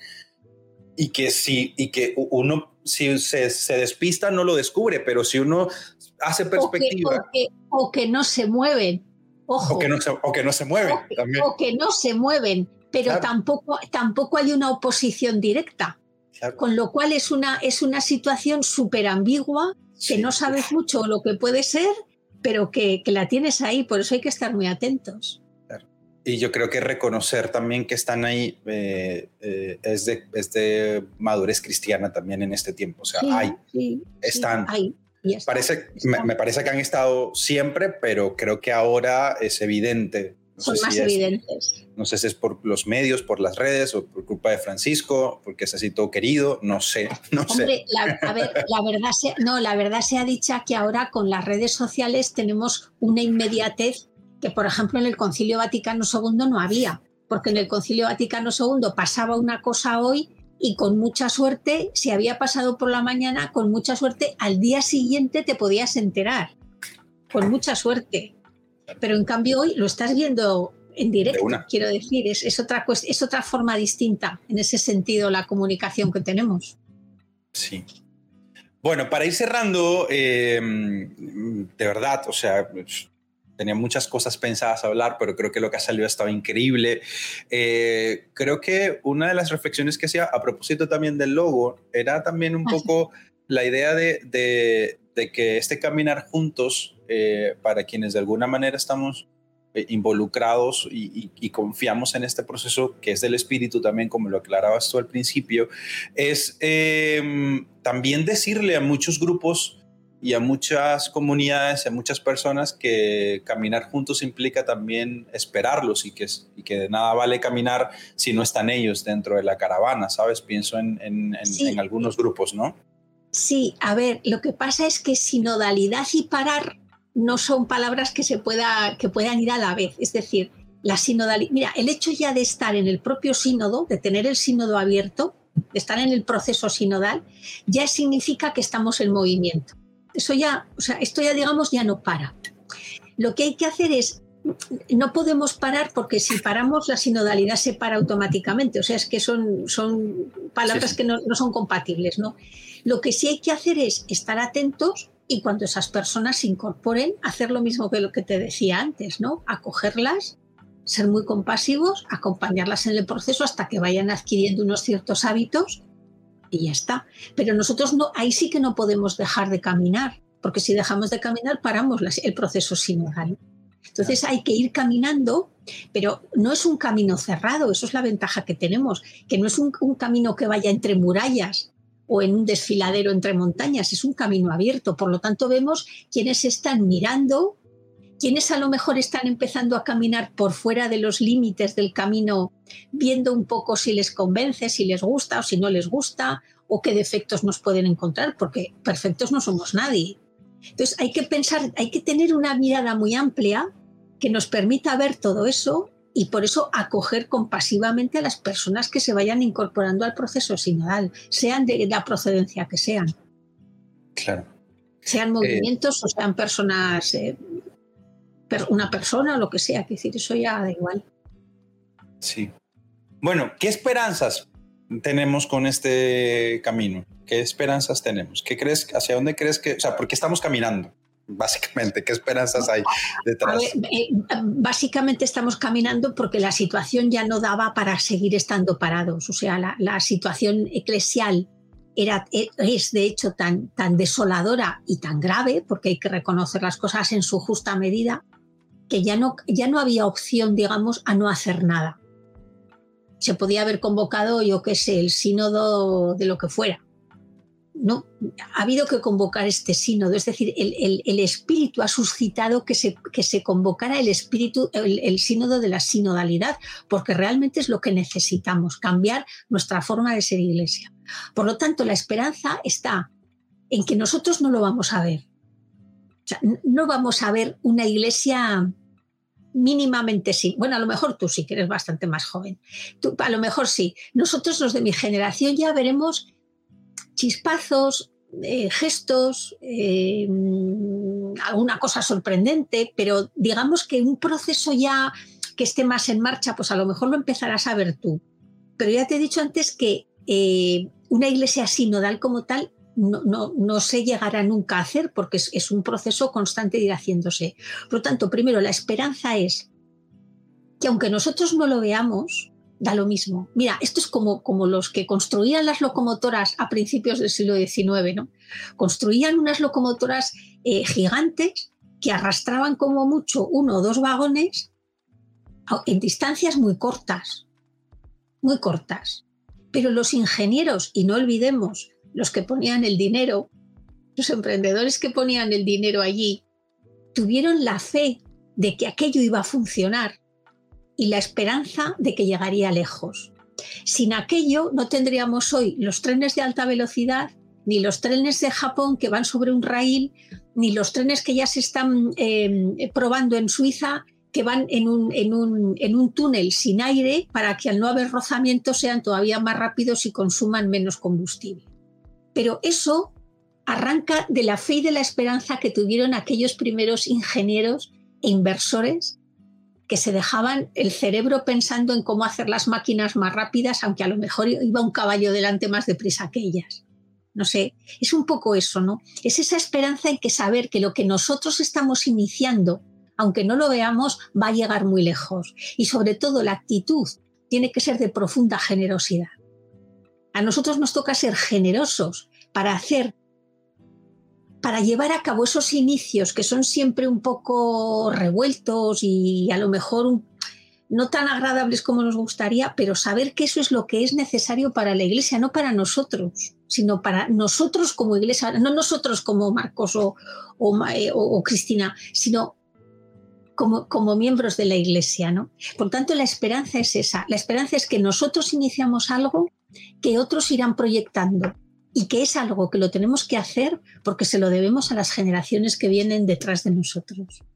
y que, si, y que uno... si se, se despista no lo descubre, pero si uno hace perspectiva... O que, o que, o que no se mueven, ojo. O que no se, o que no se mueven o que, también. O que no se mueven, pero claro. tampoco, tampoco hay una oposición directa. Claro. Con lo cual es una, es una situación súper ambigua, que sí. no sabes mucho lo que puede ser, pero que, que la tienes ahí, por eso hay que estar muy atentos. Y yo creo que reconocer también que están ahí eh, eh, es, de, es de madurez cristiana también en este tiempo. O sea, sí, hay, sí, están. Sí, hay, está, parece, está. Me, me parece que han estado siempre, pero creo que ahora es evidente. No Son sé más si es, evidentes. No sé si es por los medios, por las redes o por culpa de Francisco, porque es así todo querido, no sé. No Hombre, sé. La, a ver, la verdad, se, no, la verdad sea dicha que ahora con las redes sociales tenemos una inmediatez que, por ejemplo, en el Concilio Vaticano segundo no había, porque en el Concilio Vaticano segundo pasaba una cosa hoy y con mucha suerte, si había pasado por la mañana, con mucha suerte, al día siguiente te podías enterar, con mucha suerte. Pero en cambio hoy lo estás viendo en directo, quiero decir, es, es, otra, es otra forma distinta, en ese sentido, la comunicación que tenemos. Sí. Bueno, para ir cerrando, eh, de verdad, o sea... tenía muchas cosas pensadas a hablar, pero creo que lo que ha salido ha estado increíble. Eh, creo que una de las reflexiones que hacía a propósito también del logo era también un poco la idea de, de, de que este caminar juntos, eh, para quienes de alguna manera estamos eh, involucrados y, y, y confiamos en este proceso que es del espíritu también, como lo aclarabas tú al principio, es eh, también decirle a muchos grupos y a muchas comunidades, a muchas personas que caminar juntos implica también esperarlos y que, y que de nada vale caminar si no están ellos dentro de la caravana, ¿sabes? Pienso en, en, en, sí. en algunos grupos, ¿no? Sí, a ver, lo que pasa es que sinodalidad y parar no son palabras que, se pueda, que puedan ir a la vez. Es decir, la sinodalidad... Mira, el hecho ya de estar en el propio sínodo, de tener el sínodo abierto, de estar en el proceso sinodal, ya significa que estamos en movimiento. Eso ya, o sea, esto ya digamos ya no para. Lo que hay que hacer es, no podemos parar porque si paramos la sinodalidad se para automáticamente, o sea, es que son, son palabras sí, sí. que no, no son compatibles, ¿no? Lo que sí hay que hacer es estar atentos y cuando esas personas se incorporen, hacer lo mismo que lo que te decía antes, ¿no? Acogerlas, ser muy compasivos, acompañarlas en el proceso hasta que vayan adquiriendo unos ciertos hábitos y ya está. Pero nosotros no, ahí sí que no podemos dejar de caminar, porque si dejamos de caminar paramos las, el proceso sinodal. Entonces hay que ir caminando, pero no es un camino cerrado, eso es la ventaja que tenemos, que no es un, un camino que vaya entre murallas o en un desfiladero entre montañas, es un camino abierto. Por lo tanto, vemos quienes están mirando, quienes a lo mejor están empezando a caminar por fuera de los límites del camino, viendo un poco si les convence, si les gusta o si no les gusta, o qué defectos nos pueden encontrar, porque perfectos no somos nadie. Entonces hay que pensar, hay que tener una mirada muy amplia que nos permita ver todo eso y por eso acoger compasivamente a las personas que se vayan incorporando al proceso sinodal, sean de la procedencia que sean. Claro. Sean movimientos eh, o sean personas, eh, per, una persona o lo que sea, es decir, eso ya da igual. Sí. Bueno, ¿qué esperanzas tenemos con este camino? ¿Qué esperanzas tenemos? ¿Qué crees, hacia dónde crees que, o sea, por qué estamos caminando? Básicamente, ¿qué esperanzas hay detrás? A ver, eh, básicamente estamos caminando porque la situación ya no daba para seguir estando parados. O sea, la, la situación eclesial era, es de hecho tan, tan desoladora y tan grave, porque hay que reconocer las cosas en su justa medida, que ya no, ya no había opción, digamos, a no hacer nada. Se podía haber convocado, yo qué sé, el sínodo de lo que fuera. No, ha habido que convocar este sínodo, es decir, el, el, el espíritu ha suscitado que se, que se convocara el espíritu, el, el sínodo de la sinodalidad, porque realmente es lo que necesitamos, cambiar nuestra forma de ser iglesia. Por lo tanto, la esperanza está en que nosotros no lo vamos a ver. O sea, no vamos a ver una iglesia mínimamente sí. Bueno, a lo mejor tú sí, que eres bastante más joven. Tú, a lo mejor sí. Nosotros, los de mi generación, ya veremos chispazos, eh, gestos, eh, alguna cosa sorprendente, pero digamos que un proceso ya que esté más en marcha, pues a lo mejor lo empezarás a ver tú. Pero ya te he dicho antes que eh, una iglesia sinodal como tal no, no, no se llegará nunca a hacer porque es, es un proceso constante de ir haciéndose. Por lo tanto, primero, la esperanza es que aunque nosotros no lo veamos, da lo mismo. Mira, esto es como, como los que construían las locomotoras a principios del siglo diecinueve, ¿no? Construían unas locomotoras eh, gigantes que arrastraban como mucho uno o dos vagones en distancias muy cortas, muy cortas. Pero los ingenieros, y no olvidemos los que ponían el dinero, los emprendedores que ponían el dinero allí, tuvieron la fe de que aquello iba a funcionar y la esperanza de que llegaría lejos. Sin aquello no tendríamos hoy los trenes de alta velocidad, ni los trenes de Japón que van sobre un raíl, ni los trenes que ya se están eh, probando en Suiza, que van en un, en, un, en un túnel sin aire para que al no haber rozamiento sean todavía más rápidos y consuman menos combustible. Pero eso arranca de la fe y de la esperanza que tuvieron aquellos primeros ingenieros e inversores que se dejaban el cerebro pensando en cómo hacer las máquinas más rápidas, aunque a lo mejor iba un caballo delante más deprisa que ellas. No sé, es un poco eso, ¿no? Es esa esperanza en que saber que lo que nosotros estamos iniciando, aunque no lo veamos, va a llegar muy lejos. Y sobre todo la actitud tiene que ser de profunda generosidad. A nosotros nos toca ser generosos para hacer, para llevar a cabo esos inicios que son siempre un poco revueltos y a lo mejor un, no tan agradables como nos gustaría, pero saber que eso es lo que es necesario para la iglesia, no para nosotros, sino para nosotros como iglesia, no nosotros como Marcos o, o, o, o Cristina, sino como, como miembros de la iglesia, ¿no? Por tanto, la esperanza es esa. La esperanza es que nosotros iniciamos algo que otros irán proyectando y que es algo que lo tenemos que hacer porque se lo debemos a las generaciones que vienen detrás de nosotros.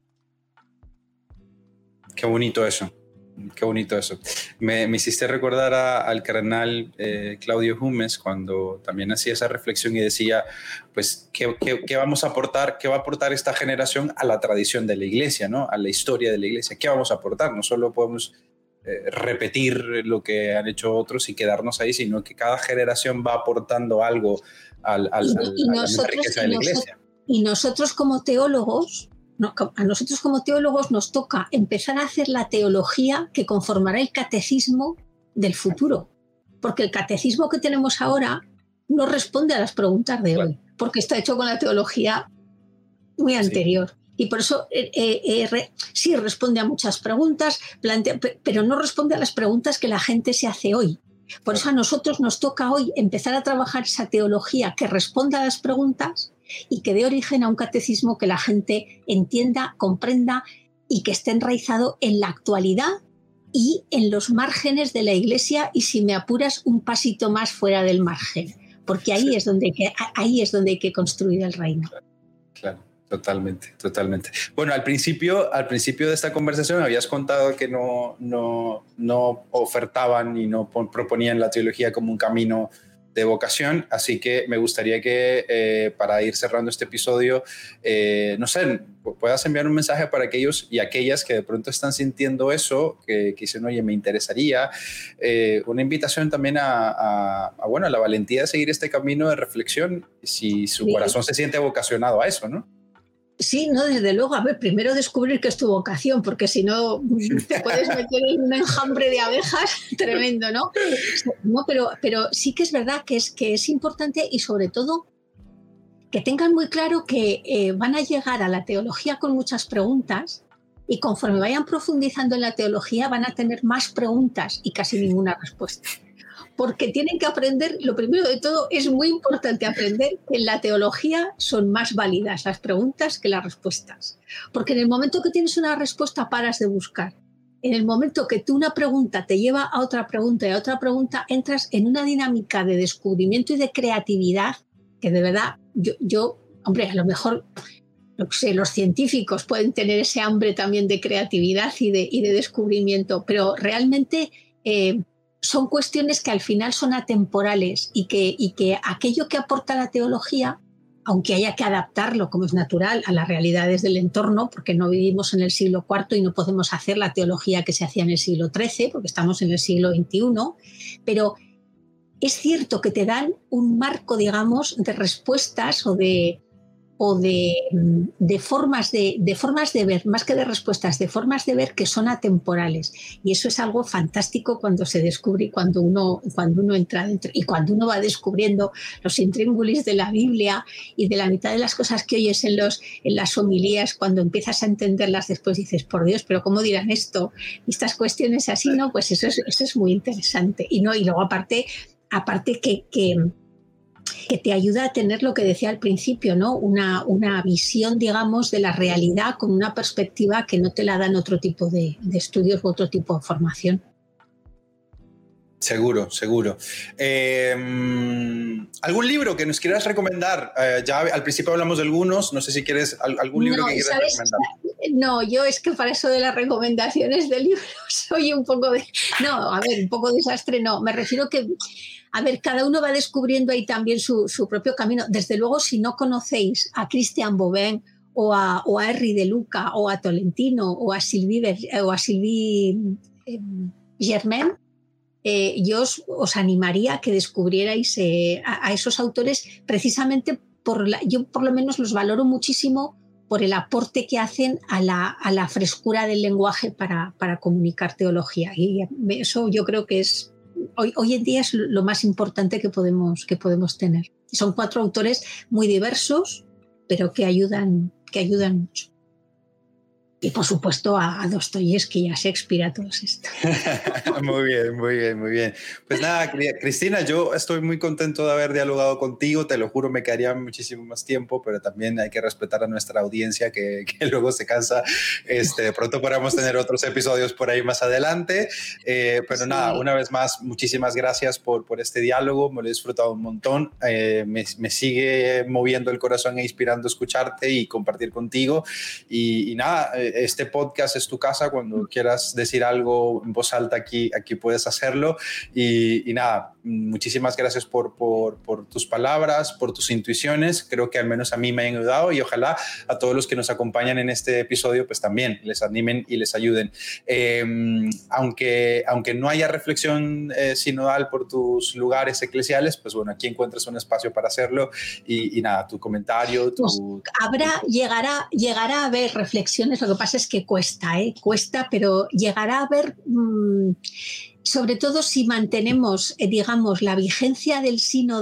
Qué bonito eso, qué bonito eso. Me, me hiciste recordar a, al cardenal eh, Claudio Humes cuando también hacía esa reflexión y decía, pues, ¿qué, qué, qué vamos a aportar, qué va a aportar esta generación a la tradición de la iglesia, ¿no? A la historia de la iglesia? ¿Qué vamos a aportar? No solo podemos eh, repetir lo que han hecho otros y quedarnos ahí, sino que cada generación va aportando algo al, al, y, y a nosotros, la riqueza de la iglesia. Y nosotros como teólogos, no, a nosotros como teólogos nos toca empezar a hacer la teología que conformará el catecismo del futuro. Porque el catecismo que tenemos ahora no responde a las preguntas de claro. hoy, porque está hecho con la teología muy anterior. Sí. Y por eso eh, eh, re, sí responde a muchas preguntas, plantea, pero no responde a las preguntas que la gente se hace hoy. Por eso a nosotros nos toca hoy empezar a trabajar esa teología que responda a las preguntas y que dé origen a un catecismo que la gente entienda, comprenda y que esté enraizado en la actualidad y en los márgenes de la Iglesia y, si me apuras, un pasito más fuera del margen, porque ahí, sí. es, donde hay que, ahí es donde hay que construir el reino. Claro, claro. Totalmente, totalmente. Bueno, al principio, al principio de esta conversación habías contado que no, no, no ofertaban y no proponían la teología como un camino de vocación, así que me gustaría que eh, para ir cerrando este episodio, eh, no sé, puedas enviar un mensaje para aquellos y aquellas que de pronto están sintiendo eso, que, que dicen, oye, me interesaría, eh, una invitación también a, a, a, bueno, a la valentía de seguir este camino de reflexión, si su sí. corazón se siente vocacionado a eso, ¿no? Sí, no, desde luego. A ver, primero descubrir que es tu vocación, porque si no te puedes meter en un enjambre de abejas tremendo, ¿no? No, pero, pero sí que es verdad que es, que es importante y sobre todo que tengan muy claro que eh, van a llegar a la teología con muchas preguntas y conforme vayan profundizando en la teología van a tener más preguntas y casi ninguna respuesta. Porque tienen que aprender, lo primero de todo, es muy importante aprender que en la teología son más válidas las preguntas que las respuestas. Porque en el momento que tienes una respuesta paras de buscar. En el momento que tú una pregunta te lleva a otra pregunta y a otra pregunta, entras en una dinámica de descubrimiento y de creatividad que de verdad, yo, yo hombre, a lo mejor, no sé, los científicos pueden tener ese hambre también de creatividad y de, y de descubrimiento, pero realmente... Eh, son cuestiones que al final son atemporales y que, y que aquello que aporta la teología, aunque haya que adaptarlo, como es natural, a las realidades del entorno, porque no vivimos en el siglo cuarto y no podemos hacer la teología que se hacía en el siglo trece, porque estamos en el siglo veintiuno, pero es cierto que te dan un marco, digamos, de respuestas o de... o de, de, formas de, de formas de ver, más que de respuestas, de formas de ver que son atemporales. Y eso es algo fantástico cuando se descubre y cuando uno, cuando uno entra dentro y cuando uno va descubriendo los intríngulis de la Biblia y de la mitad de las cosas que oyes en, los, en las homilías, cuando empiezas a entenderlas después dices, por Dios, pero ¿cómo dirán esto? Y estas cuestiones así, ¿no? Pues eso es, eso es muy interesante. Y, no, y luego aparte, aparte que... que que te ayuda a tener lo que decía al principio, ¿no? Una, una visión, digamos, de la realidad con una perspectiva que no te la dan otro tipo de, de estudios u otro tipo de formación. Seguro, seguro. Eh, ¿Algún libro que nos quieras recomendar? Eh, ya al principio hablamos de algunos, no sé si quieres algún libro no, que quieras ¿sabes? recomendar. No, yo es que para eso de las recomendaciones de libros soy un poco de... No, a ver, un poco desastre, no. Me refiero que... A ver, cada uno va descubriendo ahí también su, su propio camino. Desde luego, si no conocéis a Christian Bobin o a, o a Henry de Luca o a Tolentino o a Sylvie, o a Sylvie eh, Germain, eh, yo os, os animaría a que descubrierais eh, a, a esos autores precisamente por la, yo por lo menos los valoro muchísimo por el aporte que hacen a la, a la frescura del lenguaje para, para comunicar teología. Y eso yo creo que es... Hoy, hoy en día es lo más importante que podemos, que podemos tener. Son cuatro autores muy diversos, pero que ayudan, que ayudan mucho. Y por supuesto a, a Dostoyevsky y a Shakespeare, a todos estos. Muy bien, muy bien, muy bien. Pues nada, Cristina, yo estoy muy contento de haber dialogado contigo. Te lo juro, me quedaría muchísimo más tiempo, pero también hay que respetar a nuestra audiencia que, que luego se cansa. Este, de pronto podremos tener otros episodios por ahí más adelante. Eh, pero sí. Nada, una vez más, muchísimas gracias por, por este diálogo. Me lo he disfrutado un montón. Eh, me, me sigue moviendo el corazón e inspirando escucharte y compartir contigo. Y, y nada, este podcast es tu casa. Cuando quieras decir algo en voz alta aquí, aquí puedes hacerlo. Y, y nada, muchísimas gracias por, por, por tus palabras, por tus intuiciones. Creo que al menos a mí me han ayudado y ojalá a todos los que nos acompañan en este episodio pues también les animen y les ayuden. Eh, aunque, aunque no haya reflexión eh, sinodal por tus lugares eclesiales, pues bueno, aquí encuentras un espacio para hacerlo y, y nada, tu comentario. Tu, pues habrá, tu... Llegará, llegará a haber reflexiones, lo que pasa es que cuesta, ¿eh? Cuesta, pero llegará a haber, mmm, sobre todo si mantenemos, eh, digamos, la vigencia del sínodo,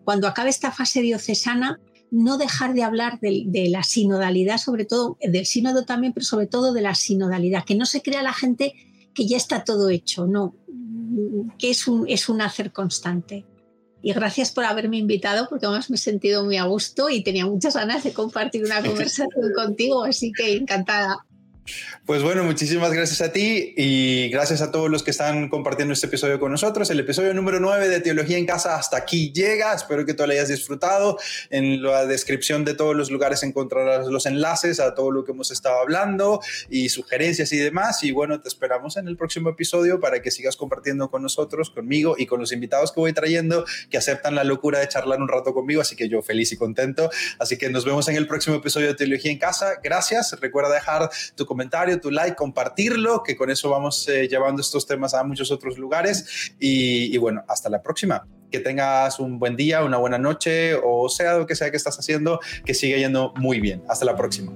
cuando acabe esta fase diocesana, no dejar de hablar de, de la sinodalidad, sobre todo, del sínodo también, pero sobre todo de la sinodalidad, que no se crea la gente que ya está todo hecho, no, que es un, es un hacer constante. Y gracias por haberme invitado, porque además me he sentido muy a gusto y tenía muchas ganas de compartir una conversación contigo, así que encantada. Pues bueno, muchísimas gracias a ti y gracias a todos los que están compartiendo este episodio con nosotros. El episodio número nueve de Teología en Casa hasta aquí llega. Espero que tú lo hayas disfrutado. En la descripción de todos los lugares encontrarás los enlaces a todo lo que hemos estado hablando y sugerencias y demás. Y bueno, te esperamos en el próximo episodio para que sigas compartiendo con nosotros, conmigo y con los invitados que voy trayendo, que aceptan la locura de charlar un rato conmigo. Así que yo feliz y contento. Así que nos vemos en el próximo episodio de Teología en Casa. Gracias. Recuerda dejar tu comentario, tu like, compartirlo, que con eso vamos eh, llevando estos temas a muchos otros lugares y, y bueno, hasta la próxima. Que tengas un buen día, una buena noche o sea lo que sea que estás haciendo, que siga yendo muy bien. Hasta la próxima.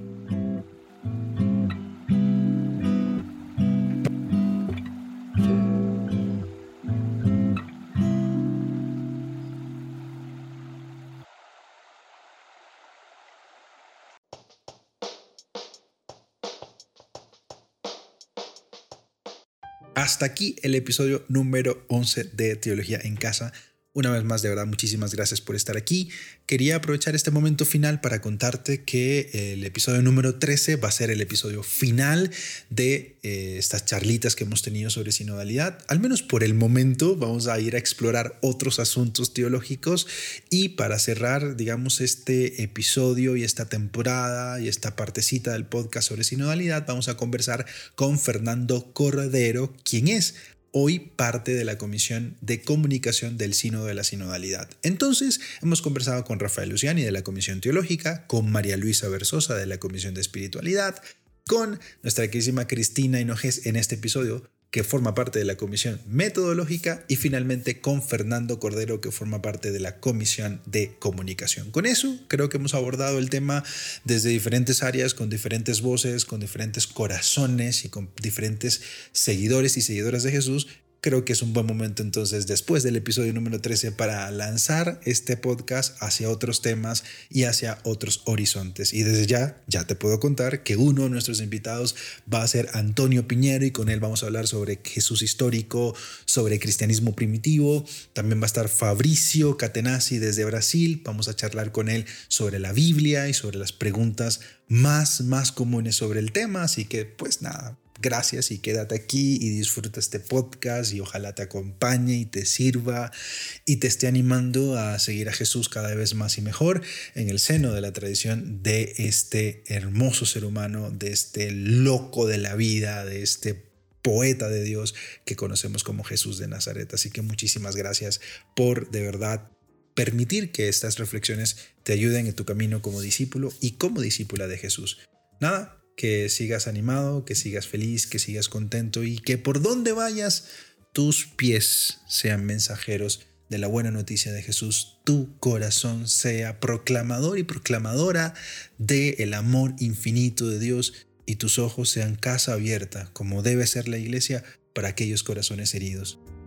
Hasta aquí el episodio número once de Teología en Casa. Una vez más, de verdad, muchísimas gracias por estar aquí. Quería aprovechar este momento final para contarte que el episodio número trece va a ser el episodio final de eh, estas charlitas que hemos tenido sobre sinodalidad. Al menos por el momento vamos a ir a explorar otros asuntos teológicos y para cerrar, digamos, este episodio y esta temporada y esta partecita del podcast sobre sinodalidad, vamos a conversar con Fernando Cordero, quien es hoy parte de la Comisión de Comunicación del Sínodo de la Sinodalidad. Entonces, hemos conversado con Rafael Luciani de la Comisión Teológica, con María Luisa Versosa de la Comisión de Espiritualidad, con nuestra queridísima Cristina Hinojés en este episodio, que forma parte de la Comisión Metodológica, y finalmente con Fernando Cordero, que forma parte de la Comisión de Comunicación. Con eso creo que hemos abordado el tema desde diferentes áreas, con diferentes voces, con diferentes corazones y con diferentes seguidores y seguidoras de Jesús. Creo que es un buen momento entonces, después del episodio número trece, para lanzar este podcast hacia otros temas y hacia otros horizontes. Y desde ya, ya te puedo contar que uno de nuestros invitados va a ser Antonio Piñero, y con él vamos a hablar sobre Jesús histórico, sobre cristianismo primitivo. También va a estar Fabricio Catenacci desde Brasil. Vamos a charlar con él sobre la Biblia y sobre las preguntas más, más comunes sobre el tema. Así que, pues nada, gracias y quédate aquí y disfruta este podcast y ojalá te acompañe y te sirva y te esté animando a seguir a Jesús cada vez más y mejor en el seno de la tradición de este hermoso ser humano, de este loco de la vida, de este poeta de Dios que conocemos como Jesús de Nazaret. Así que muchísimas gracias por de verdad permitir que estas reflexiones te ayuden en tu camino como discípulo y como discípula de Jesús. Nada, que sigas animado, que sigas feliz, que sigas contento y que por donde vayas tus pies sean mensajeros de la buena noticia de Jesús, tu corazón sea proclamador y proclamadora del amor infinito de Dios y tus ojos sean casa abierta, como debe ser la iglesia, para aquellos corazones heridos.